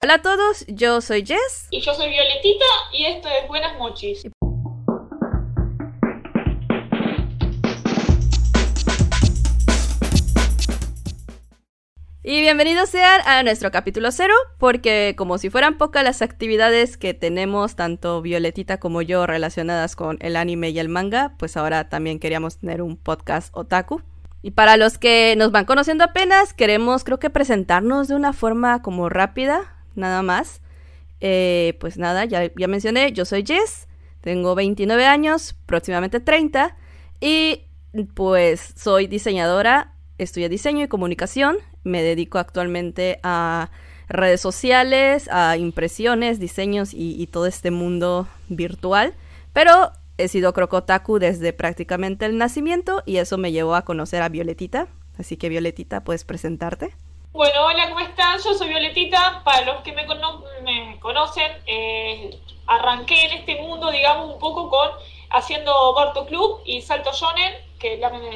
Hola a todos, yo soy Jess. Y yo soy Violetita y esto es Buenas Mochis. Y bienvenidos sean a nuestro capítulo 0, porque como si fueran pocas las actividades que tenemos tanto Violetita como yo relacionadas con el anime y el manga, pues ahora también queríamos tener un podcast otaku. Y para los que nos van conociendo apenas, queremos creo que presentarnos de una forma como rápida, nada más. Pues nada, ya mencioné, yo soy Jess, tengo 29 años, próximamente 30, y pues soy diseñadora, estudié diseño y comunicación, me dedico actualmente a redes sociales, a impresiones, diseños y todo este mundo virtual, pero he sido crocotaku desde prácticamente el nacimiento y eso me llevó a conocer a Violetita, así que Violetita, ¿puedes presentarte? Bueno, hola, ¿cómo están? Yo soy Violetita. Para los que me conocen, arranqué en este mundo, digamos, un poco haciendo Barto Club y Salto Shonen, que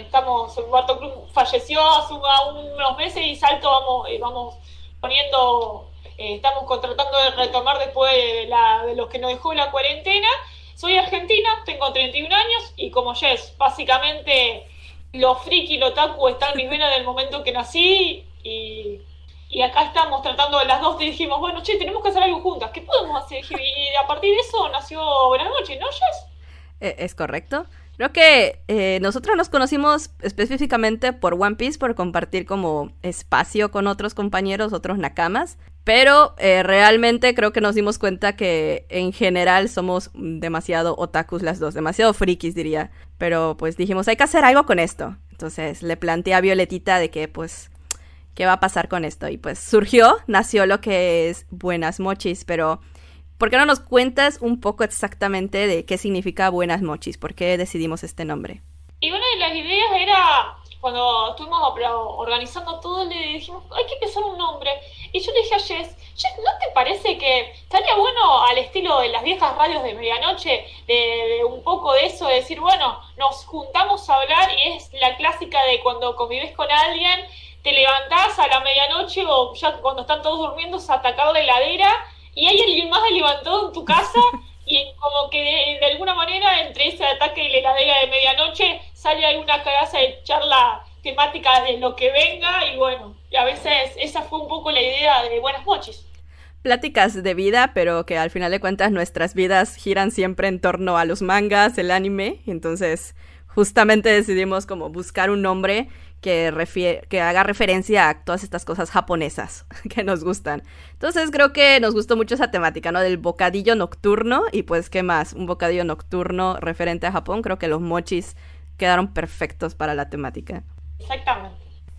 Barto Club falleció hace unos meses y Salto vamos poniendo, estamos tratando de retomar después de los que nos dejó la cuarentena. Soy argentina, tengo 31 años y como Jess, básicamente lo friki y lo otaku está en mis venas del momento que nací. Y acá estamos tratando de las dos y dijimos, bueno, tenemos que hacer algo juntas, ¿qué podemos hacer? Y a partir de eso nació Buenas Noches, ¿no, Jess? Es correcto. Creo que nosotros nos conocimos específicamente por One Piece, por compartir como espacio con otros compañeros, otros nakamas, pero realmente creo que nos dimos cuenta que en general somos demasiado otakus las dos, demasiado frikis diría, pero pues dijimos, hay que hacer algo con esto. Entonces le planteé a Violetita de que pues ¿qué va a pasar con esto? Y pues nació lo que es Buenas Mochis, pero ¿por qué no nos cuentas un poco exactamente de qué significa Buenas Mochis? ¿Por qué decidimos este nombre? Y una de las ideas era, cuando estuvimos organizando todo, le dijimos, hay que pensar un nombre. Y yo le dije a Jess, ¿no te parece que estaría bueno al estilo de las viejas radios de medianoche, de un poco de eso, de decir, bueno, nos juntamos a hablar y es la clásica de cuando convives con alguien, te levantás a la medianoche o ya cuando están todos durmiendo a atacar la heladera y hay alguien más levantado en tu casa y como que de alguna manera entre ese ataque de la heladera de medianoche sale alguna clase de charla temática de lo que venga y bueno, y a veces esa fue un poco la idea de Buenas Noches. Pláticas de vida, pero que al final de cuentas nuestras vidas giran siempre en torno a los mangas, el anime, y entonces justamente decidimos como buscar un nombre que haga referencia a todas estas cosas japonesas que nos gustan. Entonces creo que nos gustó mucho esa temática, ¿no? Del bocadillo nocturno y pues ¿qué más? Un bocadillo nocturno referente a Japón. Creo que los mochis quedaron perfectos para la temática. Exactamente.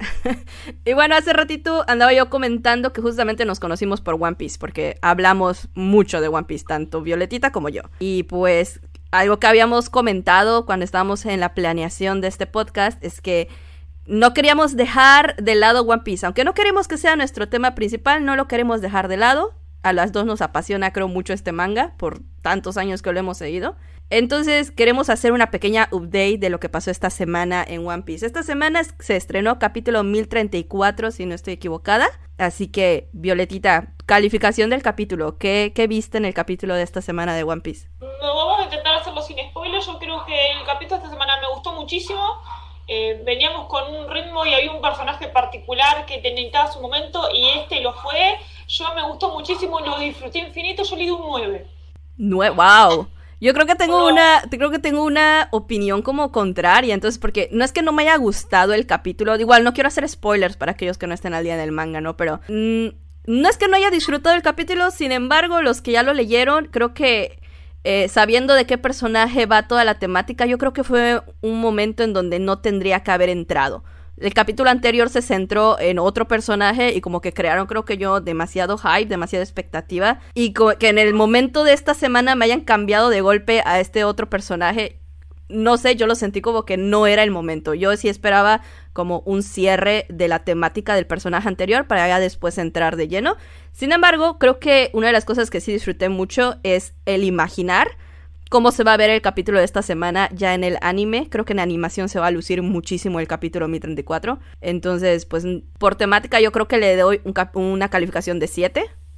Y bueno, hace ratito andaba yo comentando que justamente nos conocimos por One Piece, porque hablamos mucho de One Piece, tanto Violetita como yo. Y pues algo que habíamos comentado cuando estábamos en la planeación de este podcast es que no queríamos dejar de lado One Piece. Aunque no queremos que sea nuestro tema principal, no lo queremos dejar de lado. A las dos nos apasiona, creo, mucho este manga, por tantos años que lo hemos seguido. Entonces queremos hacer una pequeña update de lo que pasó esta semana en One Piece. Esta semana se estrenó capítulo 1034, si no estoy equivocada. Así que, Violetita, calificación del capítulo. ¿Qué viste en el capítulo de esta semana de One Piece? No, vamos a intentar hacerlo sin spoilers. Yo creo que el capítulo de esta semana me gustó muchísimo. Veníamos con un ritmo y había un personaje particular que necesitaba su momento y este lo fue. Yo me gustó muchísimo, lo disfruté infinito, yo le di un 9. ¡Wow! Yo creo que tengo una opinión como contraria, entonces, porque no es que no me haya gustado el capítulo, igual no quiero hacer spoilers para aquellos que no estén al día del manga, ¿no? Pero no es que no haya disfrutado el capítulo, sin embargo, los que ya lo leyeron, creo que sabiendo de qué personaje va toda la temática, yo creo que fue un momento en donde no tendría que haber entrado. El capítulo anterior se centró en otro personaje y como que crearon, creo que yo, demasiado hype, demasiada expectativa. Y que en el momento de esta semana me hayan cambiado de golpe a este otro personaje, no sé, yo lo sentí como que no era el momento. Yo sí esperaba como un cierre de la temática del personaje anterior para ya después entrar de lleno. Sin embargo, creo que una de las cosas que sí disfruté mucho es el imaginar cómo se va a ver el capítulo de esta semana ya en el anime. Creo que en animación se va a lucir muchísimo el capítulo 1034. Entonces, pues, por temática yo creo que le doy una calificación de 7.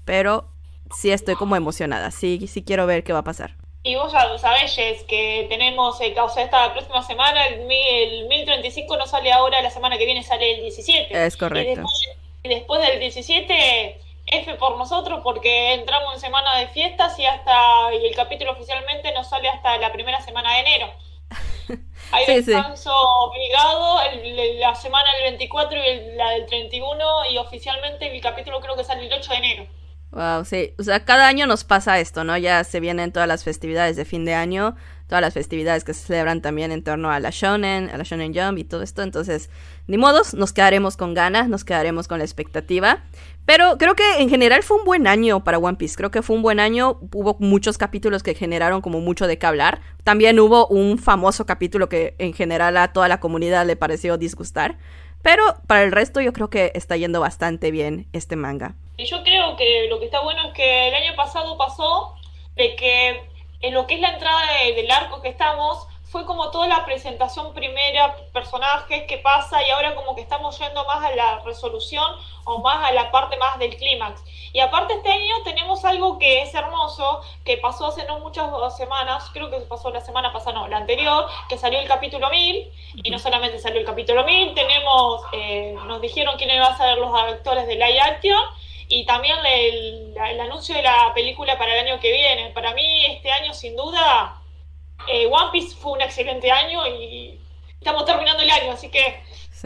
pero sí estoy como emocionada, sí quiero ver qué va a pasar. Y vos ya lo sabés, Jess, que tenemos, o sea, esta próxima semana, el 1035 no sale ahora, la semana que viene sale el 17. Es correcto. Y después del 17, F por nosotros, porque entramos en semana de fiestas y el capítulo oficialmente no sale hasta la primera semana de enero. Hay descanso obligado, la semana del 24 y la del 31, y oficialmente el capítulo creo que sale el 8 de enero. Wow, sí, o sea, cada año nos pasa esto, ¿no? Ya se vienen todas las festividades de fin de año, todas las festividades que se celebran también en torno a la Shonen Jump y todo esto, entonces, ni modos, nos quedaremos con ganas, nos quedaremos con la expectativa, pero creo que en general fue un buen año para One Piece, creo que fue un buen año, hubo muchos capítulos que generaron como mucho de qué hablar, también hubo un famoso capítulo que en general a toda la comunidad le pareció disgustar, pero para el resto yo creo que está yendo bastante bien este manga. Y yo creo que lo que está bueno es que el año pasado pasó de que en lo que es la entrada del arco que estamos, fue como toda la presentación primera, personajes, qué pasa, y ahora como que estamos yendo más a la resolución o más a la parte más del clímax. Y aparte este año tenemos algo que es hermoso, que pasó hace no muchas semanas, creo que pasó la semana pasada, no, la anterior, que salió el capítulo 1000, y no solamente salió el capítulo 1000, nos dijeron quiénes iban a ser los actores de live action, y también el anuncio de la película para el año que viene. Para mí este año sin duda One Piece fue un excelente año y estamos terminando el año, así que...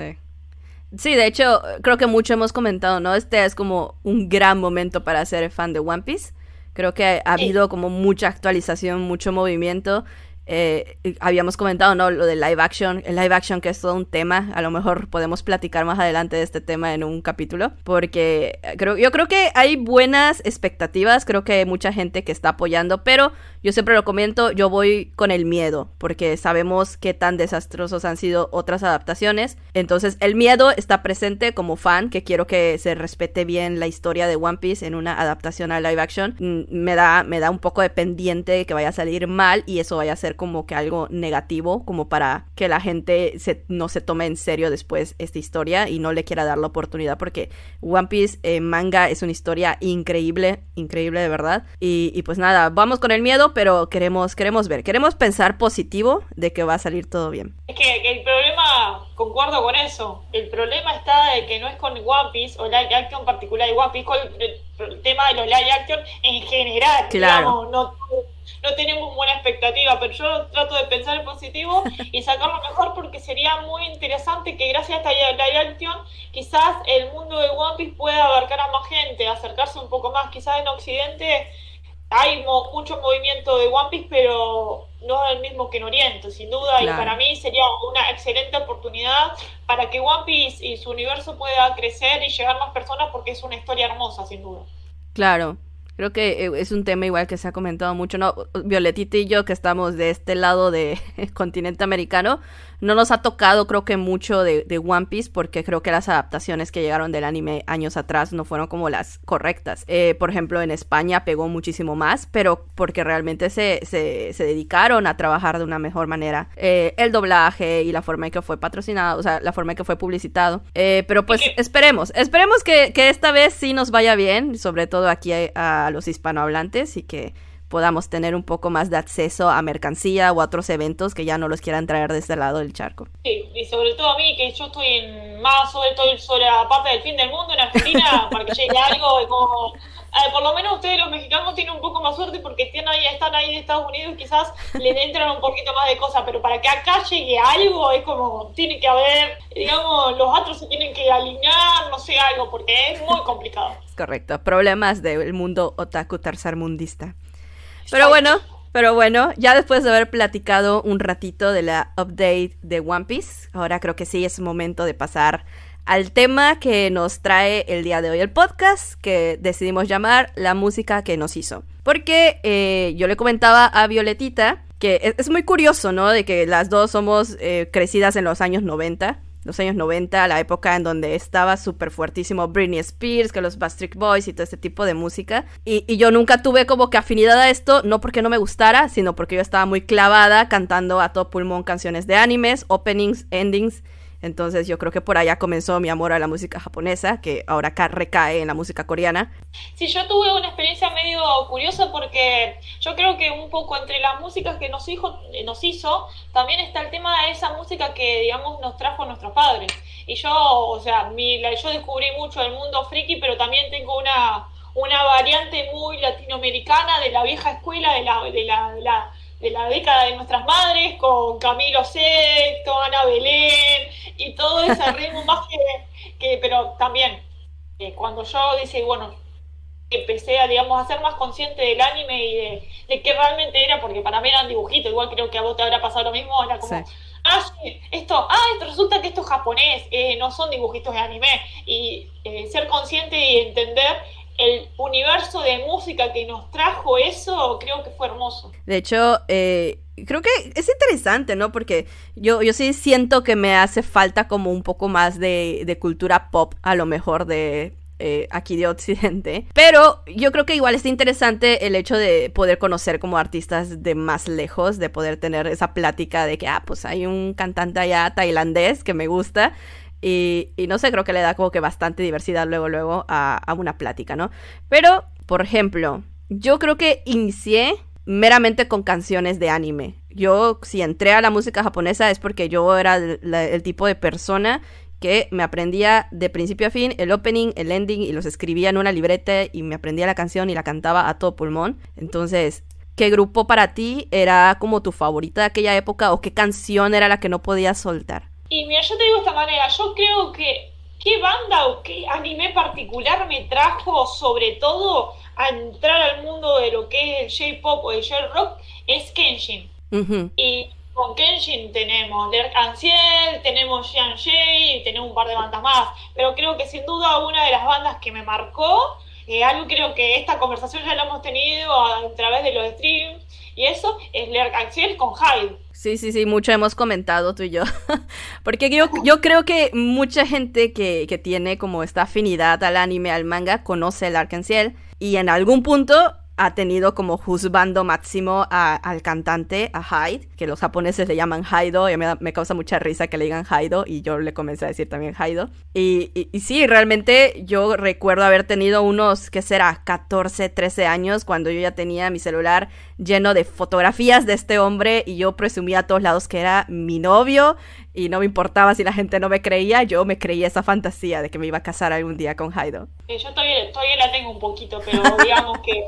Sí, de hecho creo que mucho hemos comentado, ¿no? Este es como un gran momento para ser fan de One Piece. Creo que ha habido como mucha actualización, mucho movimiento. Habíamos comentado, ¿no? Lo del live action, el live action que es todo un tema, a lo mejor podemos platicar más adelante de este tema en un capítulo, porque yo creo que hay buenas expectativas, creo que hay mucha gente que está apoyando, pero yo siempre lo comento, yo voy con el miedo, porque sabemos qué tan desastrosos han sido otras adaptaciones, entonces el miedo está presente como fan, que quiero que se respete bien la historia de One Piece en una adaptación a live action. Me da un poco de pendiente que vaya a salir mal y eso vaya a ser como que algo negativo, como para que la gente no se tome en serio después esta historia y no le quiera dar la oportunidad, porque One Piece manga es una historia increíble de verdad, y pues nada, vamos con el miedo, pero queremos pensar positivo de que va a salir todo bien. Es que el problema, concuerdo con eso, el problema está de que no es con One Piece o live action particular de One Piece, con el tema de los live action en general, claro. Digamos, no tenemos buena expectativa, pero yo trato de pensar en positivo y sacarlo mejor, porque sería muy interesante que gracias a esta live action quizás el mundo de One Piece pueda abarcar a más gente, acercarse un poco más. Quizás en Occidente hay mucho movimiento de One Piece, pero no es el mismo que en Oriente, sin duda, claro. Y para mí sería una excelente oportunidad para que One Piece y su universo pueda crecer y llegar a más personas, porque es una historia hermosa, sin duda. Claro. Creo que es un tema igual que se ha comentado mucho, ¿no? Violetita y yo, que estamos de este lado del continente americano, no nos ha tocado, creo que mucho de One Piece, porque creo que las adaptaciones que llegaron del anime años atrás no fueron como las correctas. Por ejemplo, en España pegó muchísimo más, pero porque realmente se dedicaron a trabajar de una mejor manera el doblaje y la forma en que fue patrocinado, o sea, la forma en que fue publicitado. Pero pues esperemos que esta vez sí nos vaya bien, sobre todo aquí a los hispanohablantes, y que podamos tener un poco más de acceso a mercancía o a otros eventos que ya no los quieran traer de este lado del charco. Sí, y sobre todo a mí, que yo estoy sobre la parte del fin del mundo en Argentina, para que llegue algo, como por lo menos ustedes los mexicanos tienen un poco más suerte porque están ahí de Estados Unidos, quizás les entran un poquito más de cosas, pero para que acá llegue algo es como, tiene que haber, digamos, los astros se tienen que alinear, no sé, algo, porque es muy complicado. Es correcto, problemas del mundo otaku tercermundista. Pero bueno, ya después de haber platicado un ratito de la update de One Piece, ahora creo que sí es momento de pasar al tema que nos trae el día de hoy el podcast, que decidimos llamar La música que nos hizo. Porque yo le comentaba a Violetita que es muy curioso, ¿no? De que las dos somos crecidas en los años 90. Los años 90, la época en donde estaba súper fuertísimo Britney Spears, que los Backstreet Boys y todo este tipo de música. Y yo nunca tuve como que afinidad a esto, no porque no me gustara, sino porque yo estaba muy clavada cantando a todo pulmón canciones de animes, openings, endings, Entonces yo creo que por allá comenzó mi amor a la música japonesa, que ahora recae en la música coreana. Sí, yo tuve una experiencia medio curiosa porque yo creo que un poco entre las músicas que nos hizo, también está el tema de esa música que, digamos, nos trajo nuestros padres. Y yo, o sea, yo descubrí mucho del mundo friki, pero también tengo una variante muy latinoamericana de la vieja escuela, de la década de nuestras madres, con Camilo Sesto, Ana Belén y todo ese ritmo más pero también cuando yo dice, bueno, empecé a, digamos, a ser más consciente del anime y de qué realmente era, porque para mí eran dibujitos, igual creo que a vos te habrá pasado lo mismo, era como, sí. Sí, esto resulta que esto es japonés, no son dibujitos de anime, y ser consciente y entender el universo de música que nos trajo eso, creo que fue hermoso. De hecho, creo que es interesante, ¿no? Porque yo sí siento que me hace falta como un poco más de cultura pop, a lo mejor de aquí de Occidente. Pero yo creo que igual es interesante el hecho de poder conocer como artistas de más lejos, de poder tener esa plática de que, pues hay un cantante allá tailandés que me gusta. Y no sé, creo que le da como que bastante diversidad luego a una plática, ¿no? Pero, por ejemplo, yo creo que inicié meramente con canciones de anime. Yo, si entré a la música japonesa es porque yo era el tipo de persona que me aprendía de principio a fin el opening, el ending, y los escribía en una libreta y me aprendía la canción y la cantaba a todo pulmón. Entonces, ¿qué grupo para ti era como tu favorita de aquella época o qué canción era la que no podías soltar? Y mira, yo te digo de esta manera, yo creo que qué banda o qué anime particular me trajo sobre todo a entrar al mundo de lo que es el J-pop o el J-rock es Kenshin. Uh-huh. Y con Kenshin tenemos L'Arc-en Ciel, tenemos Xian Jay y tenemos un par de bandas más, pero creo que sin duda una de las bandas que me marcó, algo creo que esta conversación ya la hemos tenido a través de los streams y eso, es L'Arc-en Ciel con Hyde. Sí, mucho hemos comentado tú y yo, porque yo creo que mucha gente que tiene como esta afinidad al anime, al manga, conoce el L'Arc-en Ciel y en algún punto ha tenido como juzgando máximo al cantante, a Hyde, que los japoneses le llaman Haido, y me causa mucha risa que le digan Haido, y yo le comencé a decir también Haido. Y sí, realmente yo recuerdo haber tenido unos, ¿qué será? 14, 13 años, cuando yo ya tenía mi celular lleno de fotografías de este hombre, y yo presumía a todos lados que era mi novio, y no me importaba si la gente no me creía, yo me creía esa fantasía de que me iba a casar algún día con Haido. Yo todavía la tengo un poquito, pero digamos que...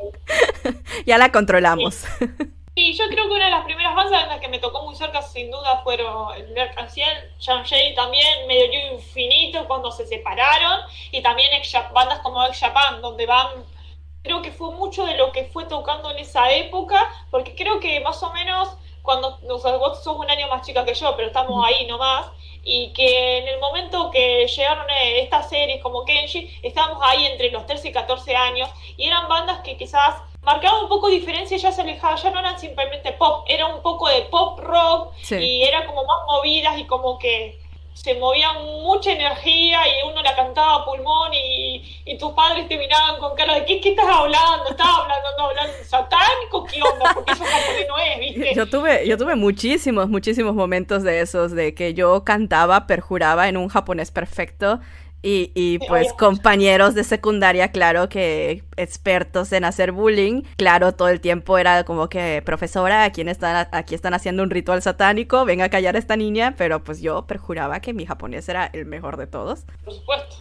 ya la controlamos. Sí, yo creo que una de las primeras bandas en las que me tocó muy cerca sin duda fueron L'Arc-en Ciel, Xian Jay también, Medio Yu Infinito cuando se separaron, y también bandas como X Japan, donde creo que fue mucho de lo que fue tocando en esa época, porque creo que más o menos cuando, o sea, vos sos un año más chica que yo, pero estamos ahí nomás, y que en el momento que llegaron estas series como Kenshi, estábamos ahí entre los 13 y 14 años, y eran bandas que quizás marcaban un poco diferencia, ya se alejaban, ya no eran simplemente pop, era un poco de pop rock, sí. Y era como más movidas y como que se movía mucha energía y uno la cantaba a pulmón y tus padres te miraban con cara de ¿qué estás hablando? ¿Estás hablando satánico? ¿Qué onda? Porque eso japonés no es, ¿viste? Yo tuve muchísimos momentos de esos, de que yo cantaba, perjuraba en un japonés perfecto. Y pues compañeros de secundaria, claro, que expertos en hacer bullying, claro, todo el tiempo era como que, profesora, aquí están haciendo un ritual satánico, venga a callar a esta niña, pero pues yo perjuraba que mi japonés era el mejor de todos. Por supuesto.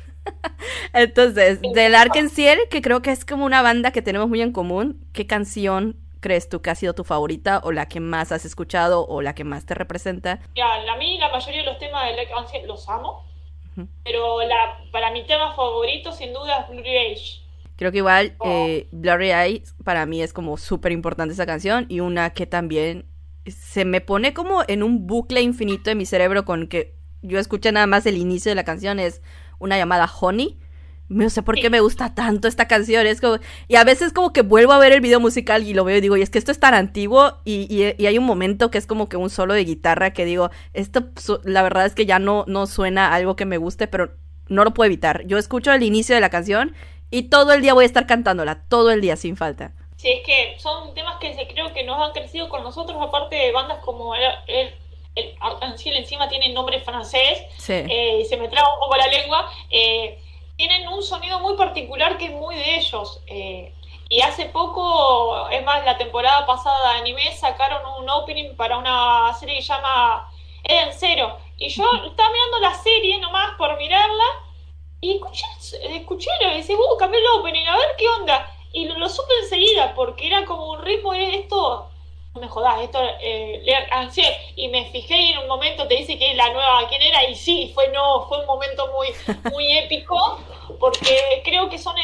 Entonces, del L'Arc-en Ciel, que creo que es como una banda que tenemos muy en común, ¿qué canción crees tú que ha sido tu favorita o la que más has escuchado o la que más te representa? A mí la mayoría de los temas de L'Arc-en Ciel los amo. Pero para mi tema favorito sin duda es Blurry Age. Creo que igual Blurry Eyes para mí es como súper importante esa canción, y una que también se me pone como en un bucle infinito en mi cerebro con que yo escuché nada más el inicio de la canción, es una llamada Honey. No sé por qué me gusta tanto esta canción, es como, y a veces como que vuelvo a ver el video musical y lo veo y digo, y es que esto es tan antiguo, y hay un momento que es como que un solo de guitarra que digo, esto la verdad es que ya no suena algo que me guste, pero no lo puedo evitar. Yo escucho el inicio de la canción y todo el día voy a estar cantándola, todo el día sin falta. Sí, es que son temas que creo que nos han crecido con nosotros, aparte de bandas como el Arc-en-Ciel encima tiene nombre francés, Sí. y se me traba un poco la lengua, tienen un sonido muy particular que es muy de ellos. Y hace poco, es más, la temporada pasada de anime sacaron un opening para una serie que se llama Eden Zero. Y yo estaba mirando la serie nomás por mirarla y escuché y decía, cambié el opening, a ver qué onda. Y lo supe enseguida porque era como un ritmo, esto, no me jodas, esto, Anciel. Y me fijé y en un momento te dice que es la nueva, ¿quién era? Y sí, fue un momento muy épico porque creo que son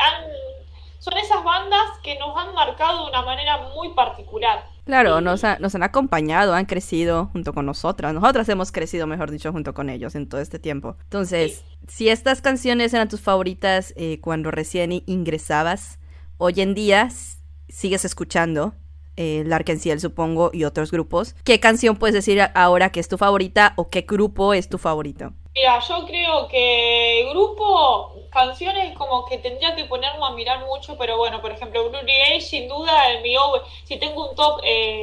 esas bandas que nos han marcado de una manera muy particular. Claro, nos han acompañado, han crecido junto con nosotras. Nosotras hemos crecido, mejor dicho, junto con ellos en todo este tiempo. Entonces, si estas canciones eran tus favoritas cuando recién ingresabas, hoy en día sigues escuchando L'Arc-en-Ciel, supongo, y otros grupos. ¿Qué canción puedes decir ahora que es tu favorita o qué grupo es tu favorito? Mira, yo creo que grupo, canciones como que tendría que ponerme a mirar mucho, pero bueno, por ejemplo, Blue Age, sin duda, si tengo un top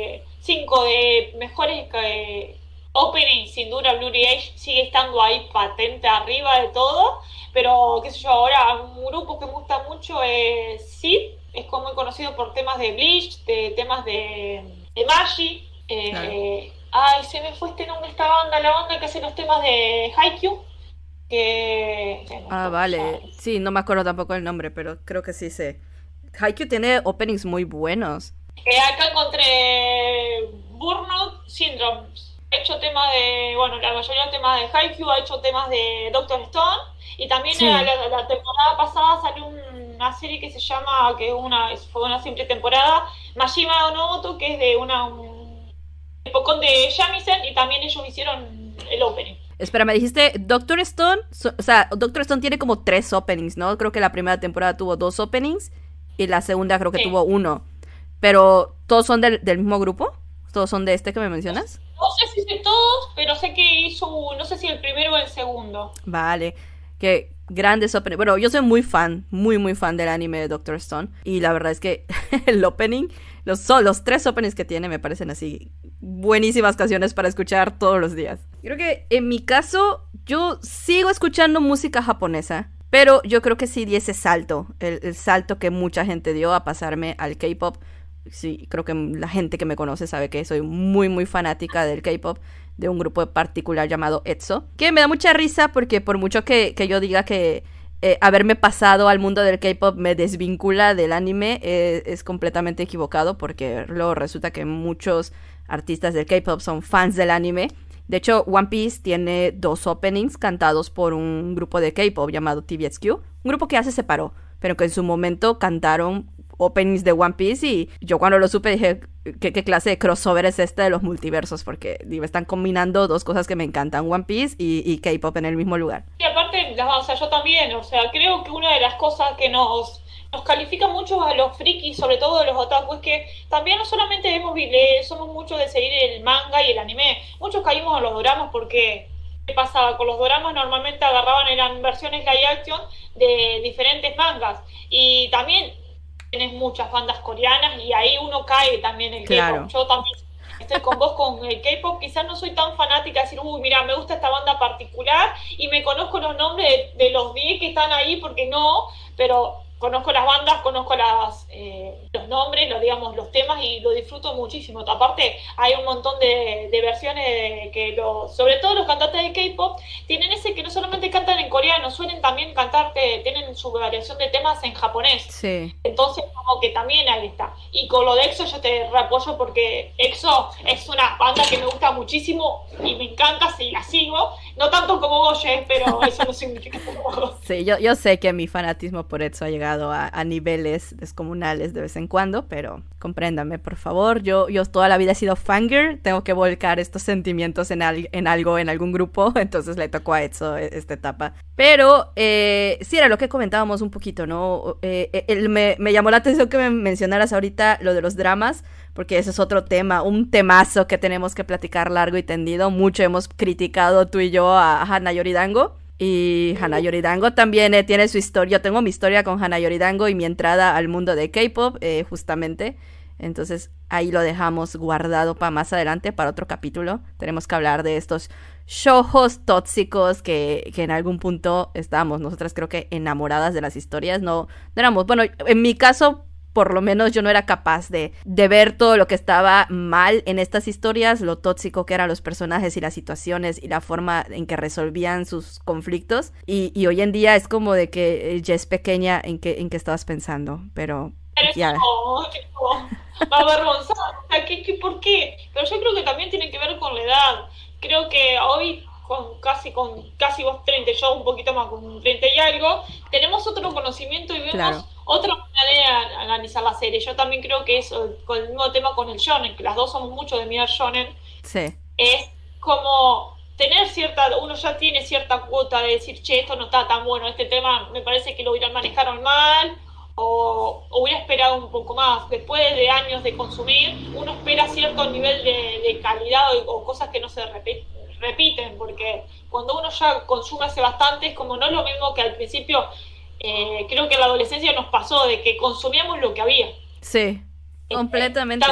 5 de mejores openings, sin duda Blue Age sigue estando ahí patente arriba de todo, pero qué sé yo, ahora un grupo que me gusta mucho es Sid, es como muy conocido por temas de Bleach, de temas de Magi, Claro. Ay, se me fue este nombre de esta banda, la banda que hace los temas de Haikyuu, que... Ah, vale. Sí, no me acuerdo tampoco el nombre, pero creo que sí sé. Haikyuu tiene openings muy buenos. Acá encontré Burnout Syndrome. Ha hecho temas de, bueno, la mayoría de temas de Haikyuu, ha hecho temas de Doctor Stone, y también Sí. la temporada pasada salió una serie que se llama, fue una simple temporada, Majima Onomoto, que es de un epocón de Shamisen, y también ellos hicieron el opening. Espera, me dijiste Doctor Stone, o sea, Doctor Stone tiene como 3 openings, ¿no? Creo que la primera temporada tuvo 2 openings y la segunda creo que tuvo 1. Pero, ¿todos son del mismo grupo? ¿Todos son de este que me mencionas? No sé si sé todos, pero sé que hizo, no sé si el primero o el segundo. Vale, que grandes openings. Bueno, yo soy muy fan, muy fan del anime de Doctor Stone. Y la verdad es que el opening, los 3 openings que tiene me parecen así buenísimas canciones para escuchar todos los días. Creo que en mi caso, yo sigo escuchando música japonesa. Pero yo creo que sí di ese salto, el salto que mucha gente dio a pasarme al K-pop. Sí, creo que la gente que me conoce sabe que soy muy fanática del K-pop, de un grupo particular llamado EXO, que me da mucha risa porque por mucho que yo diga que haberme pasado al mundo del K-pop me desvincula del anime, es completamente equivocado porque luego resulta que muchos artistas del K-pop son fans del anime. De hecho, One Piece tiene 2 openings cantados por un grupo de K-pop llamado TVXQ, un grupo que ya se separó, pero que en su momento cantaron openings de One Piece y yo cuando lo supe dije, ¿qué clase de crossover es este de los multiversos? Porque digo, están combinando 2 cosas que me encantan, One Piece y K-pop en el mismo lugar. Y aparte, o sea, yo también, o sea, creo que una de las cosas que nos califica mucho a los frikis, sobre todo a los otaku, es que también no solamente somos muchos de seguir el manga y el anime, muchos caímos en los doramas porque ¿qué pasaba? Con los doramas normalmente eran versiones live action de diferentes mangas y también tenés muchas bandas coreanas y ahí uno cae también el Claro. K-pop. Yo también estoy con vos con el K-pop, quizás no soy tan fanática de decir, mira, me gusta esta banda particular y me conozco los nombres de los 10 que están ahí porque no, pero conozco las bandas, conozco los nombres, digamos, los temas y lo disfruto muchísimo. Aparte, hay un montón de versiones sobre todo los cantantes de K-pop, tienen ese que no solamente cantan en coreano, suelen también tienen su variación de temas en japonés. Sí. Entonces, como que también ahí está. Y con lo de EXO yo te reapoyo porque EXO es una banda que me gusta muchísimo y me encanta, si la sigo. No tanto como vos, Jess, pero eso no significa como vos. Sí, yo sé que mi fanatismo por EXO ha llegado a niveles descomunales de vez en cuando, pero compréndame, por favor. Yo toda la vida he sido fangirl, tengo que volcar estos sentimientos en algo, en algún grupo, entonces le tocó a EXO esta etapa. Pero sí, era lo que comentábamos un poquito, ¿no? Me llamó la atención que me mencionaras ahorita lo de los dramas, porque ese es otro tema, un temazo que tenemos que platicar largo y tendido. Mucho hemos criticado tú y yo a Hana Yoridango. Y Hana Yoridango también tiene su historia. Yo tengo mi historia con Hana Yoridango y mi entrada al mundo de K-pop, justamente. Entonces, ahí lo dejamos guardado para más adelante, para otro capítulo. Tenemos que hablar de estos shoujos tóxicos que en algún punto estábamos nosotras creo que enamoradas de las historias. No éramos, bueno, en mi caso por lo menos yo no era capaz de ver todo lo que estaba mal en estas historias, lo tóxico que eran los personajes y las situaciones y la forma en que resolvían sus conflictos. Y hoy en día es como de que ya es pequeña en qué estabas pensando, pero ya. Va avergonzada. O sea, ¿por qué? Pero yo creo que también tiene que ver con la edad. Creo que hoy, con casi vos 30, yo un poquito más, con 30 y algo, tenemos otro conocimiento y vemos otra manera de analizar la serie. Yo también creo que es con el mismo tema con el shonen, que las dos somos mucho de mirar shonen. Sí. Es como tener uno ya tiene cierta cuota de decir, che, esto no está tan bueno, este tema me parece que lo manejaron mal, o hubiera esperado un poco más. Después de años de consumir, uno espera cierto nivel de calidad o cosas que no se repiten, porque cuando uno ya consume hace bastante, es como no es lo mismo que al principio. Creo que en la adolescencia nos pasó de que consumíamos lo que había. Sí, completamente.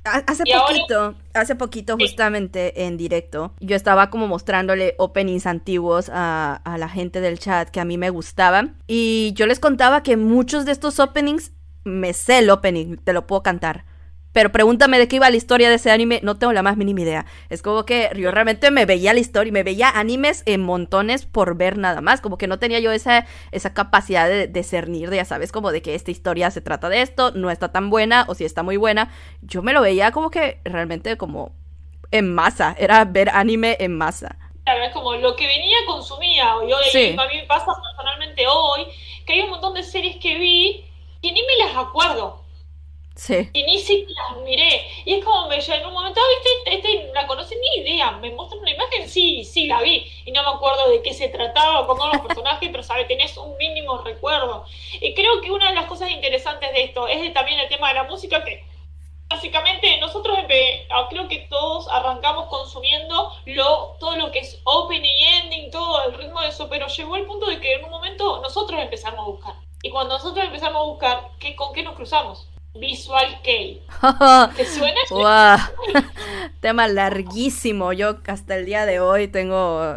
Hace poquito justamente en directo, yo estaba como mostrándole openings antiguos a la gente del chat que a mí me gustaban, y yo les contaba que muchos de estos openings me sé el opening, te lo puedo cantar. Pero pregúntame de qué iba la historia de ese anime, no tengo la más mínima idea. Es como que yo realmente me veía la historia y me veía animes en montones por ver nada más. Como que no tenía yo esa capacidad de discernir, ya sabes, como de que esta historia se trata de esto, no está tan buena o si está muy buena. Yo me lo veía como que realmente como en masa, era ver anime en masa. Claro, es como lo que venía consumía. Y hoy, sí. A mí me pasa personalmente hoy que hay un montón de series que vi que ni me las acuerdo. Sí. Y ni siquiera las miré. Y es como en un momento, ¿viste? La conocí, ni idea. Me muestran una imagen, sí, la vi. Y no me acuerdo de qué se trataba, cómo eran los personajes, pero sabes, tenés un mínimo recuerdo. Y creo que una de las cosas interesantes de esto es también el tema de la música, que básicamente nosotros creo que todos arrancamos consumiendo todo lo que es opening y ending, todo el ritmo de eso, pero llegó el punto de que en un momento nosotros empezamos a buscar. Y cuando nosotros empezamos a buscar, ¿con qué nos cruzamos? Visual Kei. ¿Te suena? Wow. Tema larguísimo. Yo hasta el día de hoy tengo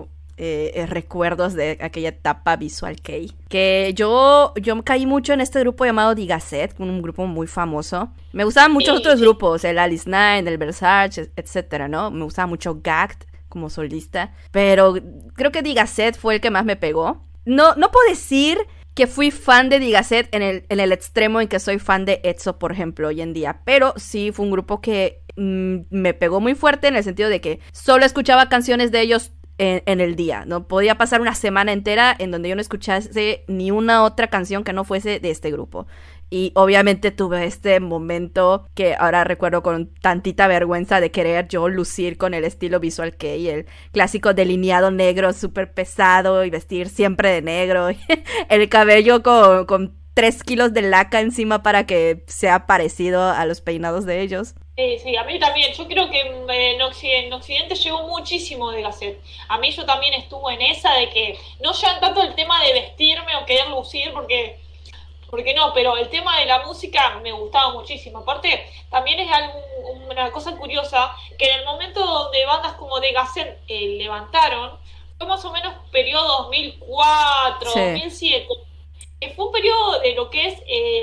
recuerdos de aquella etapa Visual Kei. Que yo caí mucho en este grupo llamado Digaset, un grupo muy famoso. Me gustaban muchos otros grupos, el Alice Nine, el Versace, etcétera, ¿no? Me gustaba mucho Gact como solista. Pero creo que Digaset fue el que más me pegó. No puedo decir que fui fan de Digaset en el extremo en que soy fan de EXO, por ejemplo, hoy en día. Pero sí fue un grupo que me pegó muy fuerte en el sentido de que solo escuchaba canciones de ellos en el día. No podía pasar una semana entera en donde yo no escuchase ni una otra canción que no fuese de este grupo. Y obviamente tuve este momento que ahora recuerdo con tantita vergüenza de querer yo lucir con el estilo Visual Kei, el clásico delineado negro súper pesado y vestir siempre de negro, el cabello con 3 kilos de laca encima para que sea parecido a los peinados de ellos. Sí, a mí también. Yo creo que en Occidente llegó muchísimo de Gasset. A mí yo también estuve en esa de que no ya tanto el tema de vestirme o querer lucir, porque no, pero el tema de la música me gustaba muchísimo. Aparte, también es una cosa curiosa, que en el momento donde bandas como de Gasset levantaron, fue más o menos periodo 2004, sí. 2007, que fue un periodo de lo que es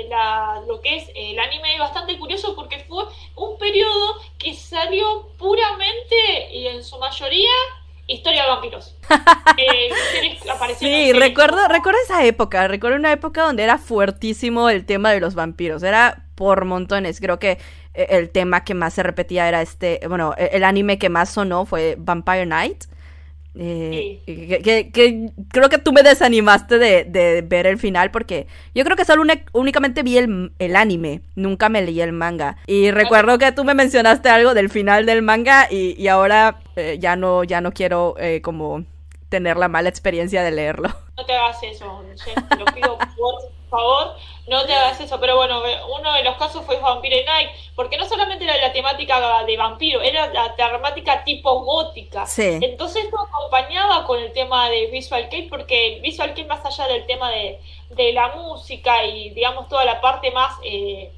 el anime bastante curioso, porque fue un periodo que salió puramente y en su mayoría historia de vampiros. Sí, recuerdo esa época. Recuerdo una época donde era fuertísimo el tema de los vampiros. Era por montones. Creo que el tema que más se repetía era el anime que más sonó fue Vampire Knight. Sí. Que creo que tú me desanimaste de ver el final, porque yo creo que solo únicamente vi el anime, nunca me leí el manga, y recuerdo que tú me mencionaste algo del final del manga y ahora ya no quiero como tener la mala experiencia de leerlo. No te hagas eso, te lo pido por favor, no te hagas eso. Pero bueno, uno de los casos fue Vampire Knight, porque no solamente era la temática de vampiro, era la temática tipo gótica. Sí. Entonces esto acompañaba con el tema de Visual Kei, porque Visual Kei, más allá del tema de la música y digamos toda la parte más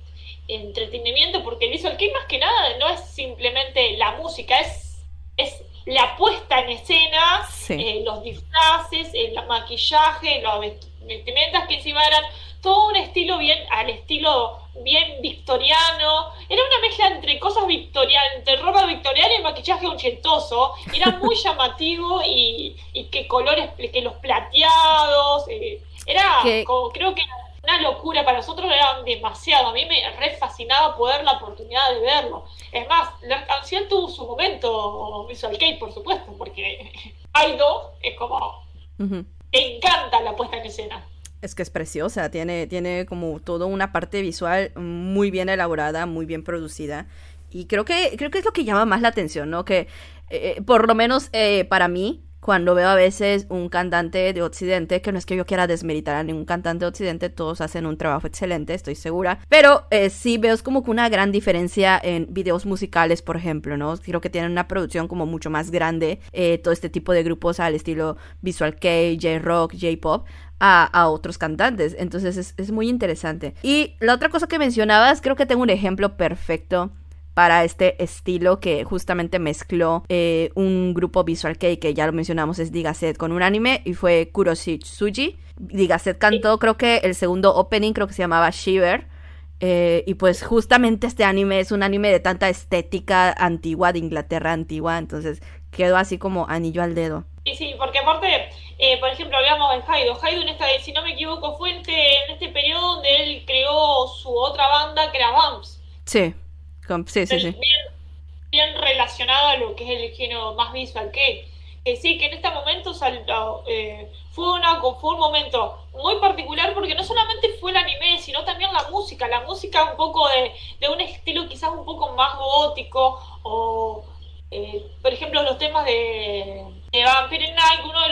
entretenimiento, porque el visual kei más que nada no es simplemente la música, es la puesta en escena, Sí. los disfraces, el maquillaje, las vestimentas que encima eran todo un estilo al estilo bien victoriano. Era una mezcla entre cosas victorianas, entre ropa victoriana y maquillaje ochentoso. Era muy llamativo y que colores, que los plateados, era Que como, creo que una locura para nosotros, era demasiado. A mí me re fascinaba poder la oportunidad de verlo. Es más, la canción tuvo su momento Visual Kei, por supuesto, porque Aido es como, ujú. te encanta la puesta en escena. Es que es preciosa, tiene como toda una parte visual muy bien elaborada, muy bien producida. Y creo que es lo que llama más la atención, ¿no? Que por lo menos para mí, cuando veo a veces un cantante de Occidente, que no es que yo quiera desmeritar a ningún cantante de Occidente, todos hacen un trabajo excelente, estoy segura, pero sí veo es como que una gran diferencia en videos musicales, por ejemplo, ¿no? Creo que tienen una producción como mucho más grande, todo este tipo de grupos al estilo Visual Kei, J-Rock, J-Pop, a otros cantantes. Entonces es muy interesante. Y la otra cosa que mencionabas, creo que tengo un ejemplo perfecto para este estilo que justamente mezcló un grupo Visual Kei, que ya lo mencionamos, es Digaset, con un anime, y fue Kuroshitsuji. Digaset cantó, creo que el segundo opening, creo que se llamaba Shiver. Y pues justamente este anime es un anime de tanta estética antigua, de Inglaterra antigua, entonces quedó así como anillo al dedo. Y sí, porque aparte, por ejemplo, hablamos de Haido. Haido, si no me equivoco, fue en este periodo donde él creó su otra banda, que era Bumps. Sí, sí. Bien relacionado a lo que es el género más visual que sí, que en este momento fue un momento muy particular, porque no solamente fue el anime, sino también la música un poco de un estilo quizás un poco más gótico, o por ejemplo los temas de Vampire Night, uno de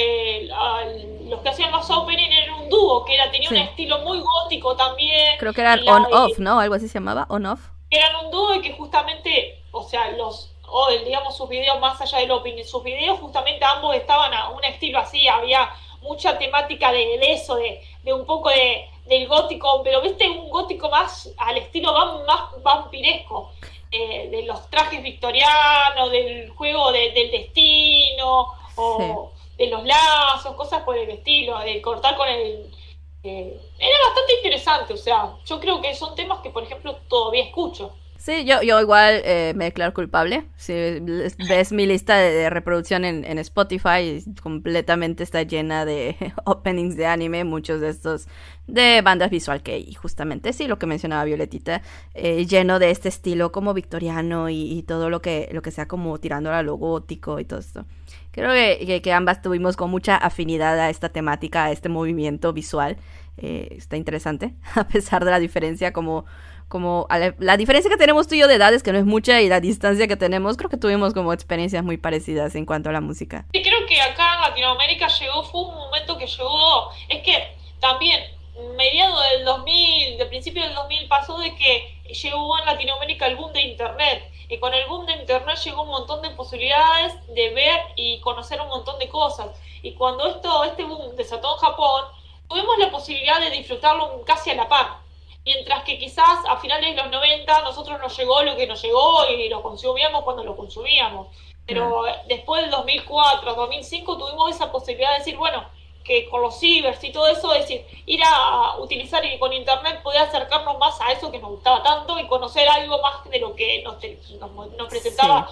los que hacían los opening era un dúo, tenía un Sí. estilo muy gótico también. Creo que eran on-off, ¿no? Algo así se llamaba, on-off. Eran un dúo y que justamente, o sea, digamos, sus videos, más allá del opening, sus videos justamente ambos estaban a un estilo así, había mucha temática de eso, de un poco del gótico, pero viste, un gótico más al estilo más vampiresco, de los trajes victorianos, del juego del destino, o de los lazos, cosas por el estilo, de cortar con el... era bastante interesante, o sea, yo creo que son temas que, por ejemplo, todavía escucho. Sí, yo igual me declaro culpable. Si ves mi lista de reproducción en Spotify, completamente está llena de openings de anime, muchos de estos de bandas Visual Kei. Y justamente sí, lo que mencionaba Violetita, lleno de este estilo como victoriano y todo lo que sea como tirando a lo gótico y todo esto. Creo que ambas tuvimos con mucha afinidad a esta temática, a este movimiento visual. Está interesante, a pesar de la diferencia como la diferencia que tenemos tú y yo de edades, que no es mucha, y la distancia que tenemos, creo que tuvimos como experiencias muy parecidas en cuanto a la música. Sí, creo que acá en Latinoamérica fue un momento que llegó, es que también mediados del 2000, de principio del 2000 pasó de que llegó en Latinoamérica el boom de internet, y con el boom de internet llegó un montón de posibilidades de ver y conocer un montón de cosas, y cuando este boom desató en Japón, tuvimos la posibilidad de disfrutarlo casi a la par. Mientras que quizás a finales de los 90 nosotros nos llegó lo que nos llegó y lo consumíamos cuando lo consumíamos. Pero después del 2004, 2005 tuvimos esa posibilidad de decir, bueno, que con los cibers y todo eso, es decir, ir a utilizar y con internet poder acercarnos más a eso que nos gustaba tanto y conocer algo más de lo que nos presentaba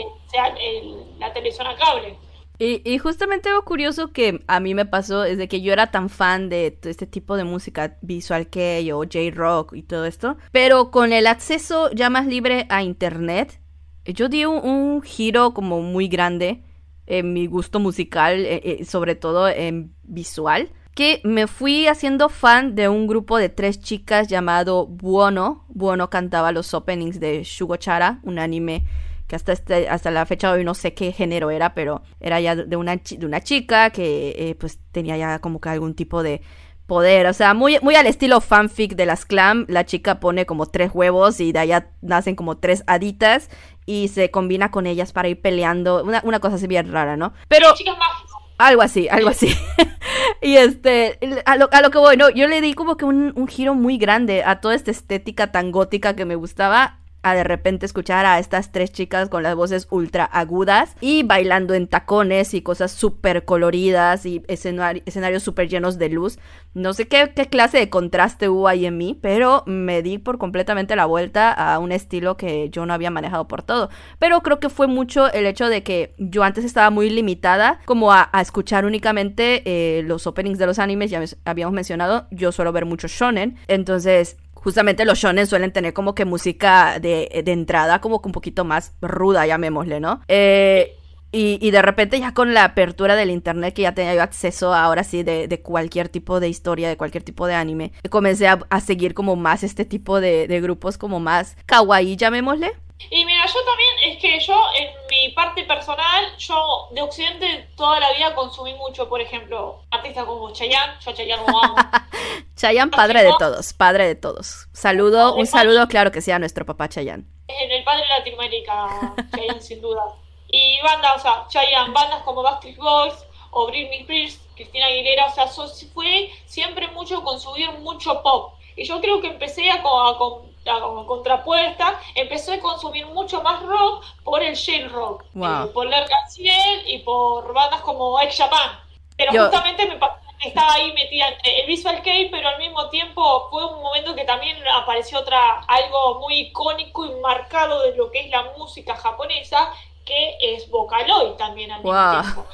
la televisión a cable. Y justamente algo curioso que a mí me pasó es de que yo era tan fan de este tipo de música Visual Kei o J-Rock y todo esto, pero con el acceso ya más libre a internet, yo di un giro como muy grande en mi gusto musical, sobre todo en visual, que me fui haciendo fan de un grupo de 3 chicas llamado Buono. Buono cantaba los openings de Shugochara, un anime que hasta la fecha de hoy no sé qué género era, pero era ya de una chica que pues tenía ya como que algún tipo de poder, o sea, muy al estilo fanfic de las clam. La chica pone como 3 huevos y de allá nacen como 3 haditas y se combina con ellas para ir peleando, una cosa así bien rara, ¿no? Pero chicas mágicas. Algo así, algo así. Y a lo que voy, no, yo le di como que un giro muy grande a toda esta estética tan gótica que me gustaba, a de repente escuchar a estas tres chicas con las voces ultra agudas y bailando en tacones y cosas súper coloridas y escenarios súper llenos de luz. No sé qué clase de contraste hubo ahí en mí, pero me di por completamente la vuelta a un estilo que yo no había manejado por todo. Pero creo que fue mucho el hecho de que yo antes estaba muy limitada como a escuchar únicamente los openings de los animes. Ya habíamos mencionado, yo suelo ver mucho shonen, entonces justamente los shonen suelen tener como que música de entrada como que un poquito más ruda, llamémosle, ¿no? Y de repente ya con la apertura del internet, que ya tenía yo acceso ahora sí de cualquier tipo de historia, de cualquier tipo de anime, comencé a seguir como más este tipo de grupos como más kawaii, llamémosle. Y mira, yo también, es que yo, en mi parte personal, yo de Occidente toda la vida consumí mucho, por ejemplo, artistas como Chayanne, yo a Chayanne lo amo. Chayanne, padre de todos, padre de todos. Un saludo, claro que sí, a nuestro papá Chayanne. En el padre de Latinoamérica, Chayanne sin duda. Y bandas, o sea, Chayanne, bandas como Backstreet Boys o Britney Spears, Cristina Aguilera, o sea, fue siempre mucho consumir mucho pop. Y yo creo que empecé a contrapuesta, empecé a consumir mucho más rock por el J-Rock, wow. Por l'Arc-en-Ciel y por bandas como X Japan. Pero justamente estaba ahí metida en el Visual Kei, pero al mismo tiempo fue un momento que también apareció algo muy icónico y marcado de lo que es la música japonesa, que es Vocaloid también al mismo tiempo.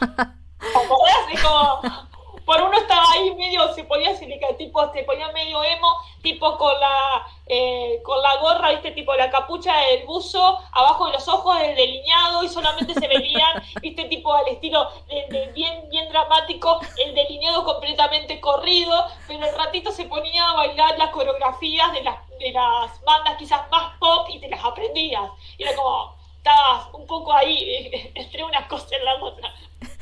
Es como, por uno estaba ahí medio, se ponía medio emo, tipo con la gorra, viste, tipo la capucha del buzo, abajo de los ojos el delineado y solamente se veían, viste, tipo al estilo bien dramático, el delineado completamente corrido, pero al ratito se ponía a bailar las coreografías de las bandas quizás más pop y te las aprendías. Y era como, estabas un poco ahí entre una cosa y la otra.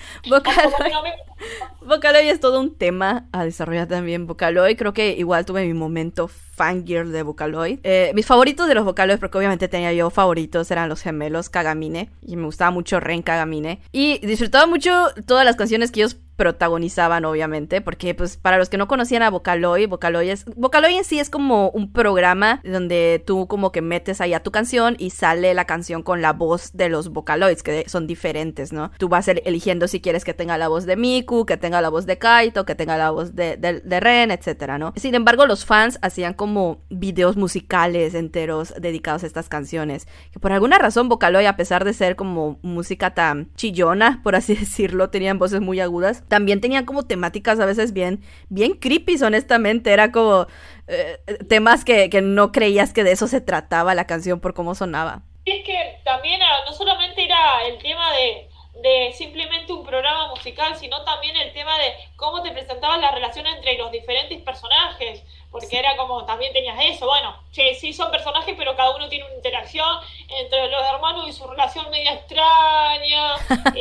Vocaloid es todo un tema a desarrollar también. Vocaloid, creo que igual tuve mi momento fangirl de Vocaloid. Mis favoritos de los Vocaloid, porque obviamente tenía yo favoritos, eran los gemelos Kagamine, y me gustaba mucho Ren Kagamine, y disfrutaba mucho todas las canciones que ellos protagonizaban, obviamente, porque pues para los que no conocían a Vocaloid en sí es como un programa donde tú como que metes ahí a tu canción y sale la canción con la voz de los Vocaloids, que son diferentes, ¿no? Tú vas eligiendo si quieres que tenga la voz de Miku, que tenga la voz de Kaito, que tenga la voz de Ren, etcétera, ¿no? Sin embargo, los fans hacían como videos musicales enteros dedicados a estas canciones, que por alguna razón Vocaloid, a pesar de ser como música tan chillona, por así decirlo, tenían voces muy agudas, también tenían como temáticas a veces bien creepy, honestamente. Era como temas que no creías que de eso se trataba la canción por cómo sonaba. Es que también no solamente era el tema de simplemente un programa musical, sino también el tema de cómo te presentaban la relación entre los diferentes personajes, porque era como, también tenías eso, bueno, sí son personajes, pero cada uno tiene una interacción entre los hermanos y su relación media extraña,